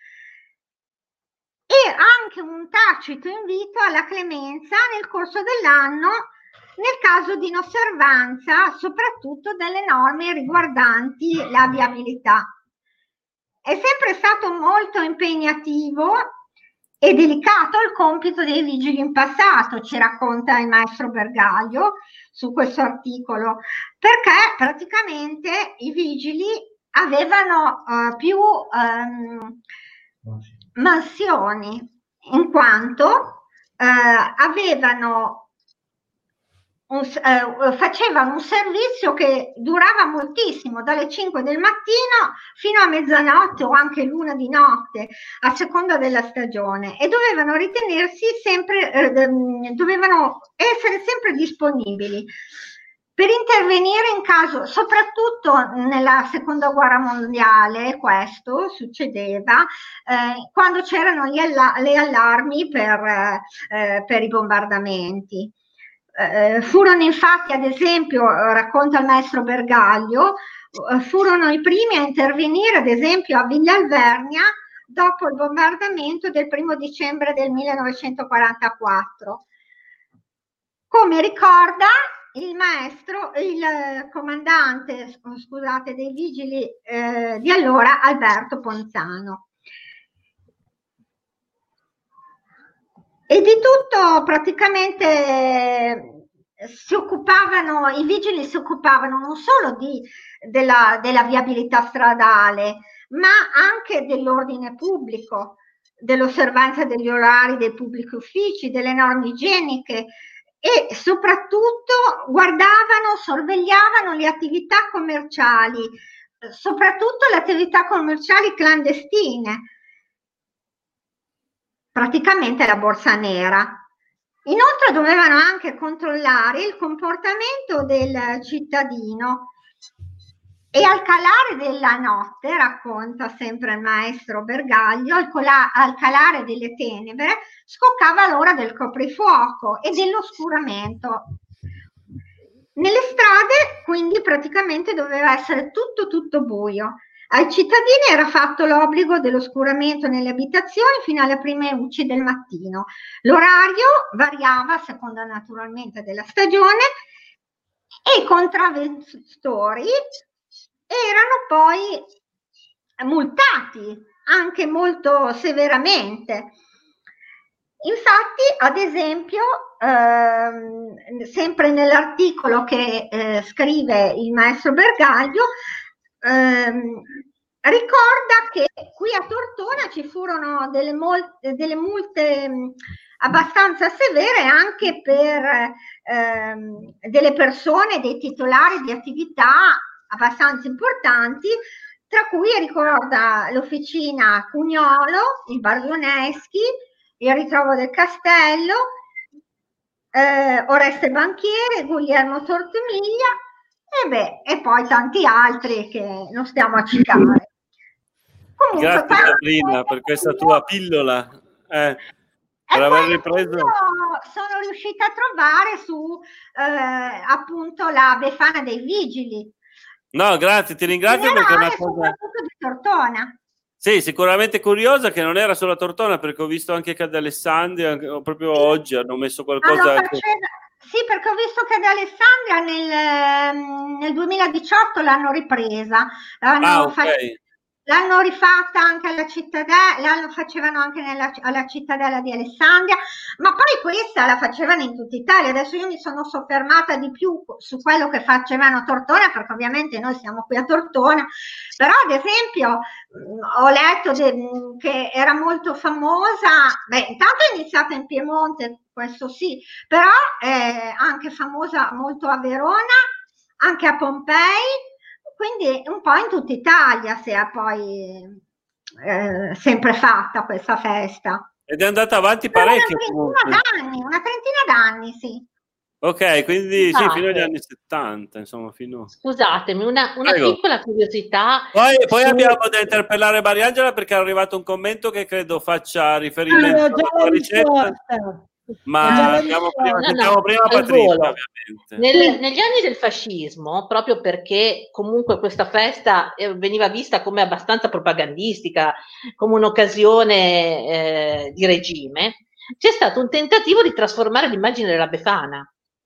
e anche un tacito invito alla clemenza nel corso dell'anno nel caso di inosservanza soprattutto delle norme riguardanti la viabilità. È sempre stato molto impegnativo e delicato il compito dei vigili in passato, ci racconta il maestro Bergaglio su questo articolo, perché praticamente i vigili avevano uh, più um, mansioni, in quanto eh, avevano un, eh, facevano un servizio che durava moltissimo, dalle cinque del mattino fino a mezzanotte o anche l'una di notte, a seconda della stagione, e dovevano ritenersi sempre, eh, dovevano essere sempre disponibili per intervenire in caso, soprattutto nella seconda guerra mondiale, questo succedeva eh, quando c'erano gli alla- le allarmi per, eh, per i bombardamenti. Eh, furono infatti, ad esempio, racconta il maestro Bergaglio, eh, furono i primi a intervenire, ad esempio, a Villa Alvernia dopo il bombardamento del primo dicembre del millenovecentoquarantaquattro. Come ricorda il maestro, il comandante, scusate, dei vigili eh, di allora, Alberto Ponzano. E di tutto praticamente si occupavano, i vigili si occupavano non solo di, della, della viabilità stradale, ma anche dell'ordine pubblico, dell'osservanza degli orari dei pubblici uffici, delle norme igieniche, e soprattutto guardavano, sorvegliavano le attività commerciali, soprattutto le attività commerciali clandestine, praticamente la borsa nera. Inoltre dovevano anche controllare il comportamento del cittadino e al calare della notte, racconta sempre il maestro Bergaglio, al, cola- al calare delle tenebre scoccava l'ora del coprifuoco e dell'oscuramento. Nelle strade quindi praticamente doveva essere tutto tutto buio. Ai cittadini era fatto l'obbligo dell'oscuramento nelle abitazioni fino alle prime luci del mattino. L'orario variava a seconda naturalmente della stagione e i contravventori erano poi multati anche molto severamente. Infatti, ad esempio, ehm, sempre nell'articolo che eh, scrive il maestro Bergaglio, ehm, ricorda che qui a Tortona ci furono delle, mol- delle multe mh, abbastanza severe anche per ehm, delle persone, dei titolari di attività abbastanza importanti, tra cui ricorda l'Officina Cugnolo, il Barzioneschi, il Ritrovo del Castello, eh, Oreste Banchiere, Guglielmo Tortemiglia e, beh, e poi tanti altri che non stiamo a citare. Comunque, grazie Sabrina per questa tua pillola, eh, per aver ripreso. Sono riuscita a trovare su eh, appunto la Befana dei Vigili. No, grazie, ti ringrazio perché è una cosa soprattutto di Tortona. Sì, sicuramente curiosa, che non era solo a Tortona, perché ho visto anche che ad Alessandria, proprio sì. oggi hanno messo qualcosa. Anche... Sì, perché ho visto che ad Alessandria nel, nel duemiladiciotto l'hanno ripresa, l'hanno, ah, okay. fatto, l'hanno rifatta anche alla Cittadella, la facevano anche nella, alla Cittadella di Alessandria, ma poi questa la facevano in tutta Italia. Adesso io mi sono soffermata di più su quello che facevano a Tortona, perché ovviamente noi siamo qui a Tortona, però ad esempio ho letto de, che era molto famosa, beh, intanto è iniziata in Piemonte, questo sì, però è anche famosa molto a Verona, anche a Pompei, quindi un po' in tutta Italia si è poi eh, sempre fatta questa festa. Ed è andata avanti parecchio. Una trentina d'anni, una trentina d'anni, sì. Ok, quindi sì, fino agli anni settanta, insomma, fino... Scusatemi, una, una piccola curiosità. Poi, poi su... abbiamo da interpellare Mariangela perché è arrivato un commento che credo faccia riferimento alla tua ricetta. Ma abbiamo prima, no, sentiamo no, prima Patrizia, ovviamente. Nel, negli anni del fascismo, proprio perché comunque questa festa eh, veniva vista come abbastanza propagandistica, come un'occasione eh, di regime, c'è stato un tentativo di trasformare l'immagine della Befana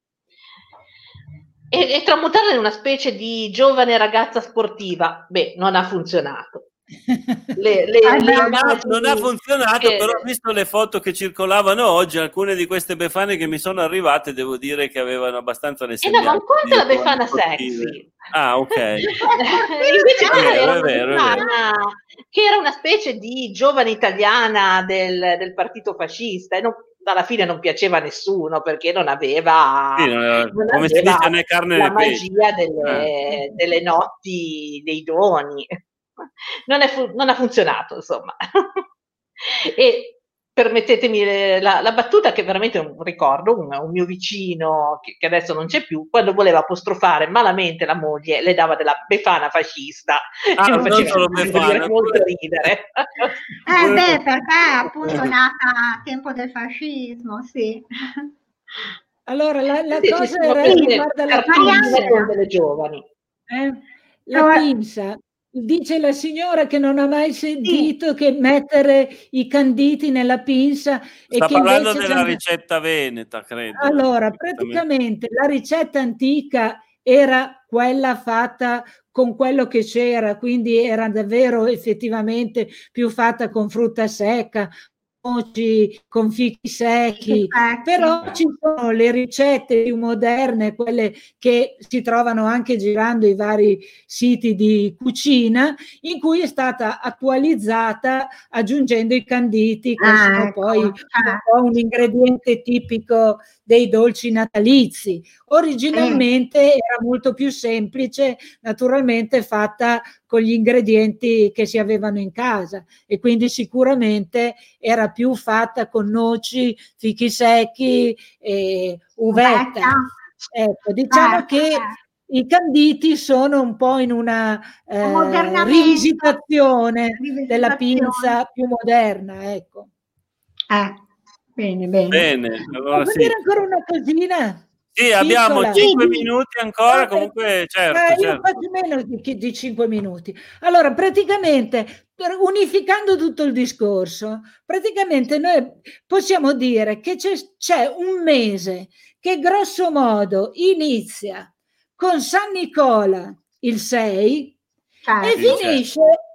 e, e tramutarla in una specie di giovane ragazza sportiva. Beh, non ha funzionato. Le, le, ah, le non, ha, non ha funzionato, che... però ho visto le foto che circolavano oggi, alcune di queste Befane che mi sono arrivate, devo dire che avevano abbastanza le sembianze. Eh no, ma un conto la Befana sexy. Ah, ok. Invece è vero, era è vero, una è vero. che era una specie di giovane italiana del, del partito fascista e non, alla fine non piaceva a nessuno perché non aveva, sì, non era, non come aveva si dice, né carne la né pesce. magia delle, ah. delle notti dei doni. Non, è fu- non ha funzionato, insomma. E permettetemi la, la battuta, che è veramente un ricordo, un, un mio vicino che, che adesso non c'è più, quando voleva apostrofare malamente la moglie le dava della Befana fascista ah, e non faceva solo Befana, molto ridere. Eh beh, perché appunto è nata a tempo del fascismo, sì. Allora, la, la sì, cosa era riguarda la pinza. Delle giovani. Eh? La pinza. Dice la signora che non ha mai sentito sì. che mettere i canditi nella pinza. Sta e che parlando invece della c'è... ricetta veneta, credo. Allora, praticamente la ricetta antica era quella fatta con quello che c'era, quindi era davvero effettivamente più fatta con frutta secca, con fichi secchi, però ci sono le ricette più moderne, quelle che si trovano anche girando i vari siti di cucina, in cui è stata attualizzata aggiungendo i canditi, che ah, sono ecco, poi un po' un ingrediente tipico dei dolci natalizi. Originalmente eh. era molto più semplice, naturalmente fatta con gli ingredienti che si avevano in casa, e quindi sicuramente era più fatta con noci, fichi secchi e uvetta. Ecco, diciamo ah, che ah. i canditi sono un po' in una eh, rivisitazione della pinza più moderna, ecco. Eh, bene, bene. Bene, allora Posso sì. dire ancora una cosina? Sì, abbiamo cinque minuti ancora, eh, comunque certo. Eh, io certo. faccio meno di, di cinque minuti. Allora, praticamente, unificando tutto il discorso, praticamente noi possiamo dire che c'è, c'è un mese che grosso modo inizia con San Nicola il sei ah, e finisce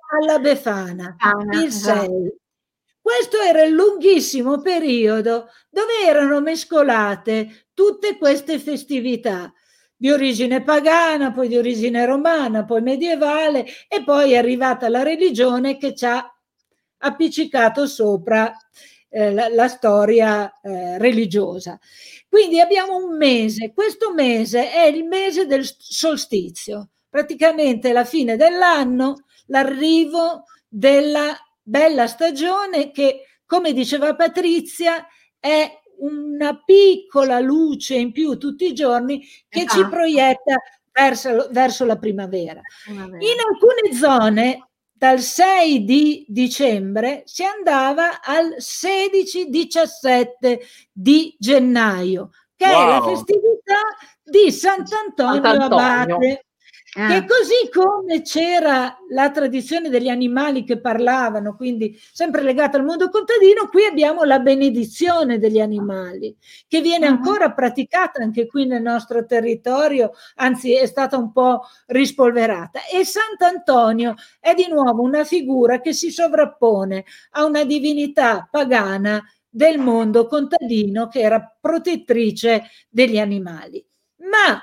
alla Befana, Befana, il esatto. sei. Questo era il lunghissimo periodo dove erano mescolate tutte queste festività di origine pagana, poi di origine romana, poi medievale, e poi è arrivata la religione che ci ha appiccicato sopra eh, la, la storia eh, religiosa. Quindi abbiamo un mese, questo mese è il mese del solstizio, praticamente la fine dell'anno, l'arrivo della bella stagione che, come diceva Patrizia, è una piccola luce in più tutti i giorni che Esatto. ci proietta verso, verso la primavera. Primavera. In alcune zone dal sei di dicembre si andava al sedici diciassette di gennaio, che Wow. è la festività di Sant'Antonio, Sant'Antonio. Abate. Ah. Che così come c'era la tradizione degli animali che parlavano, quindi sempre legata al mondo contadino, qui abbiamo la benedizione degli animali, che viene Uh-huh. ancora praticata anche qui nel nostro territorio, anzi è stata un po' rispolverata. E Sant'Antonio è di nuovo una figura che si sovrappone a una divinità pagana del mondo contadino che era protettrice degli animali. Ma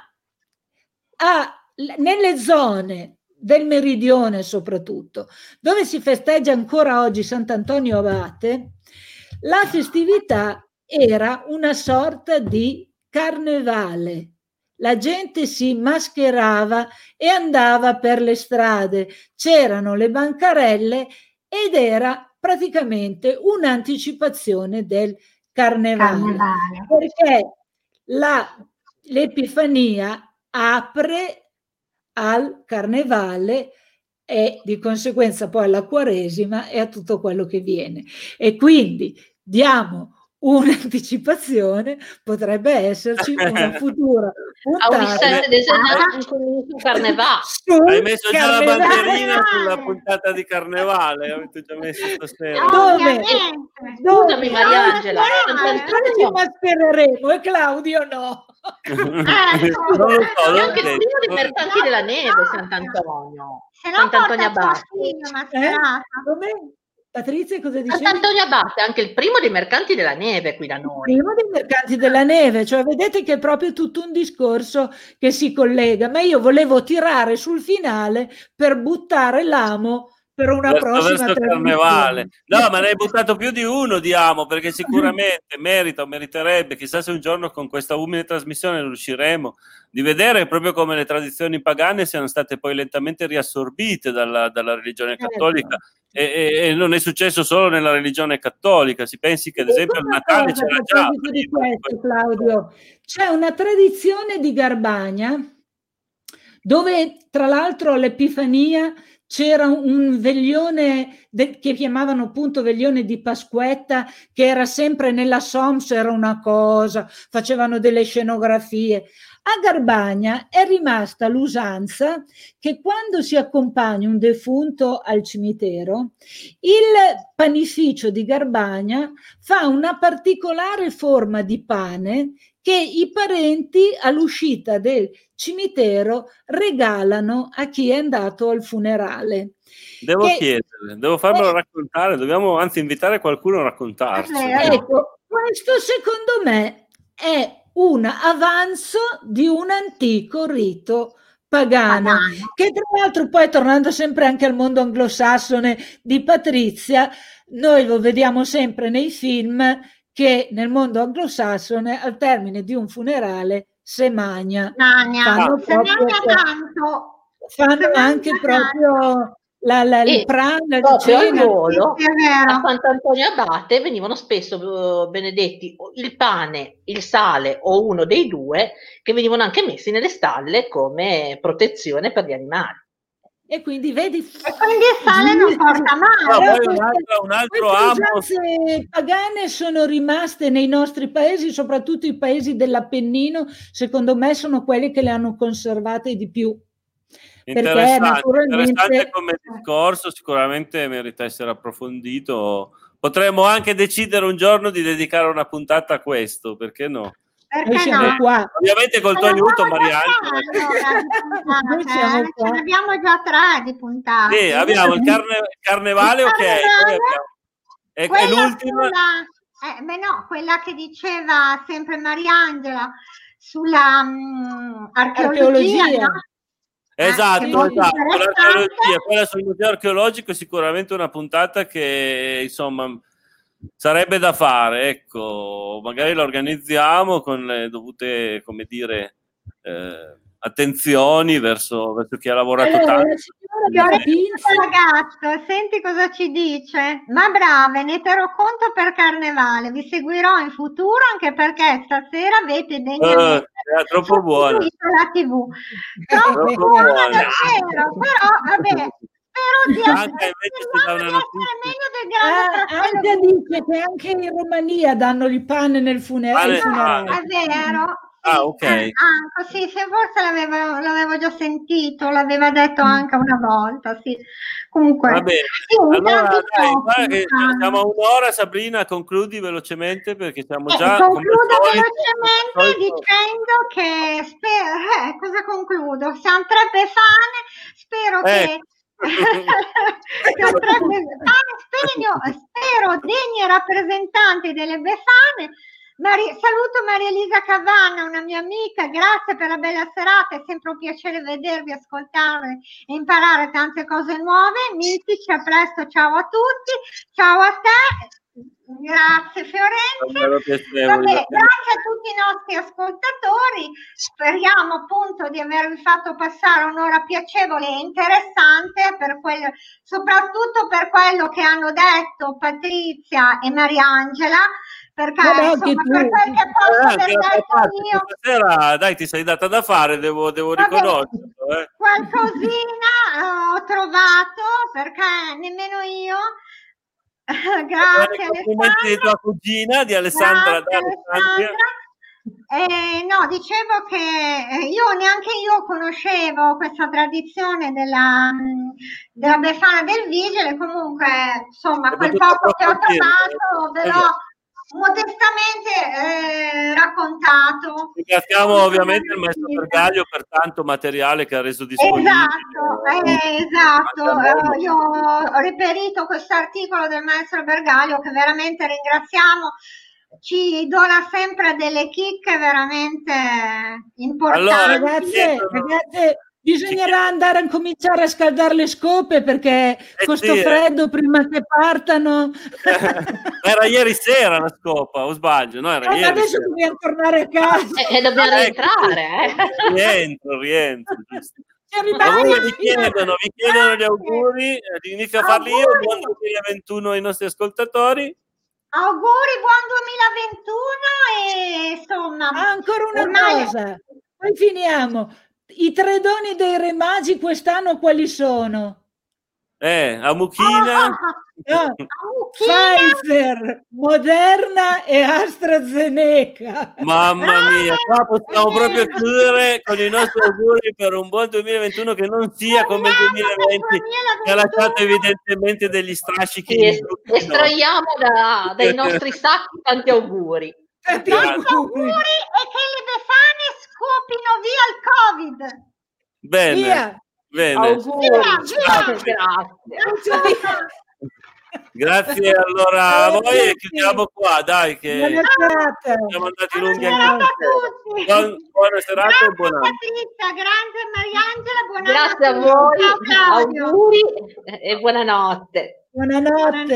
a nelle zone del meridione soprattutto, dove si festeggia ancora oggi Sant'Antonio Abate, la festività era una sorta di carnevale. La gente si mascherava e andava per le strade, c'erano le bancarelle ed era praticamente un'anticipazione del carnevale, Carnevale. perché la, l'Epifania apre al carnevale e di conseguenza poi alla Quaresima e a tutto quello che viene. E quindi diamo un'anticipazione, potrebbe esserci una futura A un puntata diciassette dicembre un carnevale. Hai messo già la carnevale. bandierina sulla puntata di carnevale, avete già messo stasera. Dove? Dove? Scusami Mariangela, Noi ci maschereremo e Claudio no. Non lo so, È non anche il detto. primo dei mercanti della neve, Sant'Antonio. Se no Sant'Antonio porta Abate. fastidio, Eh? mascherata. Come? Patrizia, cosa dicevi? Sant'Antonio Abate è anche il primo dei mercanti della neve qui da noi. Prima dei mercanti della neve, cioè vedete che è proprio tutto un discorso che si collega, ma io volevo tirare sul finale per buttare l'amo per una verso, prossima verso carnevale. No, ma ne hai buttato più di uno di amo, perché sicuramente merita o meriterebbe, chissà se un giorno con questa umile trasmissione riusciremo di vedere proprio come le tradizioni pagane siano state poi lentamente riassorbite dalla, dalla religione cattolica. E, e, e non è successo solo nella religione cattolica, si pensi che ad esempio il Natale cosa, c'era a già proposito di prima di questo, questo. Claudio, c'è una tradizione di Garbagna dove tra l'altro all'Epifania c'era un veglione de, che chiamavano appunto veglione di Pasquetta, che era sempre nella Soms, era una cosa, facevano delle scenografie. A Garbagna è rimasta l'usanza che quando si accompagna un defunto al cimitero, il panificio di Garbagna fa una particolare forma di pane che i parenti all'uscita del cimitero regalano a chi è andato al funerale. Devo che, chiedere, devo farmelo eh, raccontare, dobbiamo anzi invitare qualcuno a raccontarci. Ecco, questo secondo me è un avanzo di un antico rito pagano, pagano, che tra l'altro poi, tornando sempre anche al mondo anglosassone di Patrizia, noi lo vediamo sempre nei film che nel mondo anglosassone al termine di un funerale se magna, magna. fanno, se proprio, magna tanto. fanno se anche proprio la, la, il pranzo, la cena. Al volo, sì, sì, a Sant'Antonio Abate venivano spesso uh, benedetti il pane, il sale o uno dei due, che venivano anche messi nelle stalle come protezione per gli animali. E quindi vedi, e quindi il sale non porta male. No, poi un altro, un altro amo. Le pagane sono rimaste nei nostri paesi, soprattutto i paesi dell'Appennino, secondo me sono quelli che le hanno conservate di più. Interessante, perché naturalmente... interessante come discorso, sicuramente merita essere approfondito. Potremmo anche decidere un giorno di dedicare una puntata a questo, perché no? Perché Noi siamo no? qua. Ovviamente col tuo Ce aiuto, l'abbiamo già Mariangela. tre, allora, di puntate, Noi siamo eh. qua. Ce ne abbiamo già tre di puntate. Sì, abbiamo il, carne, il carnevale, Il ok. Poi carnevale, abbiamo, e, e quella l'ultima... sulla, eh, beh no, quella che diceva sempre Mariangela sulla mh, archeologia, Archeologia. no? Esatto, Eh, che è molto esatto. interessante. L'archeologia, quella sul museo archeologico è sicuramente una puntata che, insomma, sarebbe da fare, ecco, magari la organizziamo con le dovute, come dire, eh, attenzioni verso, verso chi ha lavorato Allora, tanto. la signora della Pinza, Ragazzo, senti cosa ci dice. Ma brave, ne terrò conto per carnevale. Vi seguirò in futuro anche perché stasera avete degnamente Eh, è troppo buona. sostituito la tivù. Troppo Troppo buona buona. davvero, però vabbè. Spero di Anche essere, invece ci dà una speriamo di essere notizia. meglio del grande ah, fratello. anche dice che anche in Romania danno il pane nel fune- ai Pane- funerali. È vero. Ah, Sì, ok. eh, ah, sì, se forse l'avevo, l'avevo già sentito, l'aveva detto anche una volta, sì. Comunque, Va bene. sì, ogni Allora, tanto dai, so, guarda che fanno. siamo a un'ora, Sabrina, concludi velocemente perché siamo Eh, già... come concludo al solito- velocemente al solito- dicendo che spero, eh, cosa concludo? Siamo tre befane, spero Eh. che siamo tre befane, spero, spero degni rappresentanti delle befane. Mari- saluto Maria Elisa Cavanna, una mia amica, grazie per la bella serata, è sempre un piacere vedervi, ascoltare e imparare tante cose nuove, mitici, a presto, ciao a tutti, ciao a te, grazie Davvero Fiorenze, piacevole. vabbè, grazie a tutti i nostri ascoltatori, speriamo appunto di avervi fatto passare un'ora piacevole e interessante, per quello, soprattutto per quello che hanno detto Patrizia e Mariangela, perché Vabbè, insomma anche tu. per quel che Eh, posso anche aver la tua detto parte, io, stasera, dai, ti sei data da fare, devo, devo vabbè, riconoscerlo. Eh. qualcosina eh, ho trovato, perché nemmeno io. Grazie I complimenti di tua Alessandra. cugina, di Alessandra. Grazie, da Alessandria. Eh, no, dicevo che eh, io neanche io conoscevo questa tradizione della, mh, della Befana del Vigile, comunque insomma Hai quel potuto poco che ho approfondire. trovato ve l'ho modestamente eh, raccontato. Ringraziamo ovviamente il maestro Bergaglio per tanto materiale che ha reso disponibile. Esatto, eh, esatto. Anche a noi. Eh, io ho reperito questo articolo del maestro Bergaglio che veramente ringraziamo, ci dona sempre delle chicche veramente importanti. Allora, Ragazze, chiedono- ragazze, bisognerà andare a cominciare a scaldare le scope perché Eh con sto sì, eh. freddo prima che partano. Era ieri sera la scopa, o sbaglio? No, era Eh, ma ieri adesso sera. dobbiamo tornare a casa. E, e dobbiamo Ah, ecco, rientrare, eh. Rientro, rientro, giusto. Siamo Ma rimasti voi vi fino a- chiedono, vi chiedono gli auguri, eh, inizio a farli io, Auguri. buon duemilaventuno ai nostri ascoltatori. Auguri, buon duemilaventuno e insomma. Ah, ancora una ormai- cosa, poi finiamo. I tre doni dei Re Magi quest'anno quali sono? Eh, a Mucchina, No, A Mucchina. Pfizer, Moderna e AstraZeneca. mamma mia, qua possiamo Eh, proprio chiudere con i nostri auguri per un buon duemilaventuno che non sia come il duemilaventi, che ha lasciato evidentemente degli strascichi. Sì, es- in tutti noi. estraiamo da- dai nostri sacchi tanti auguri. Tanti Grazie. Tanti auguri e che le befane scopino via il Covid. Bene, Via. bene. Auguri. Via, via. Grazie. Grazie allora a voi e chiudiamo qua, dai, che Buona serata. siamo andati Buona lunghi serata anche a stasera. tutti. Buon- buona serata e Grazie buon anno. Patrizia, grazie Mariangela, buon anno Grazie a tutti. voi, Ciao Claudio. auguri e buonanotte. Buonanotte.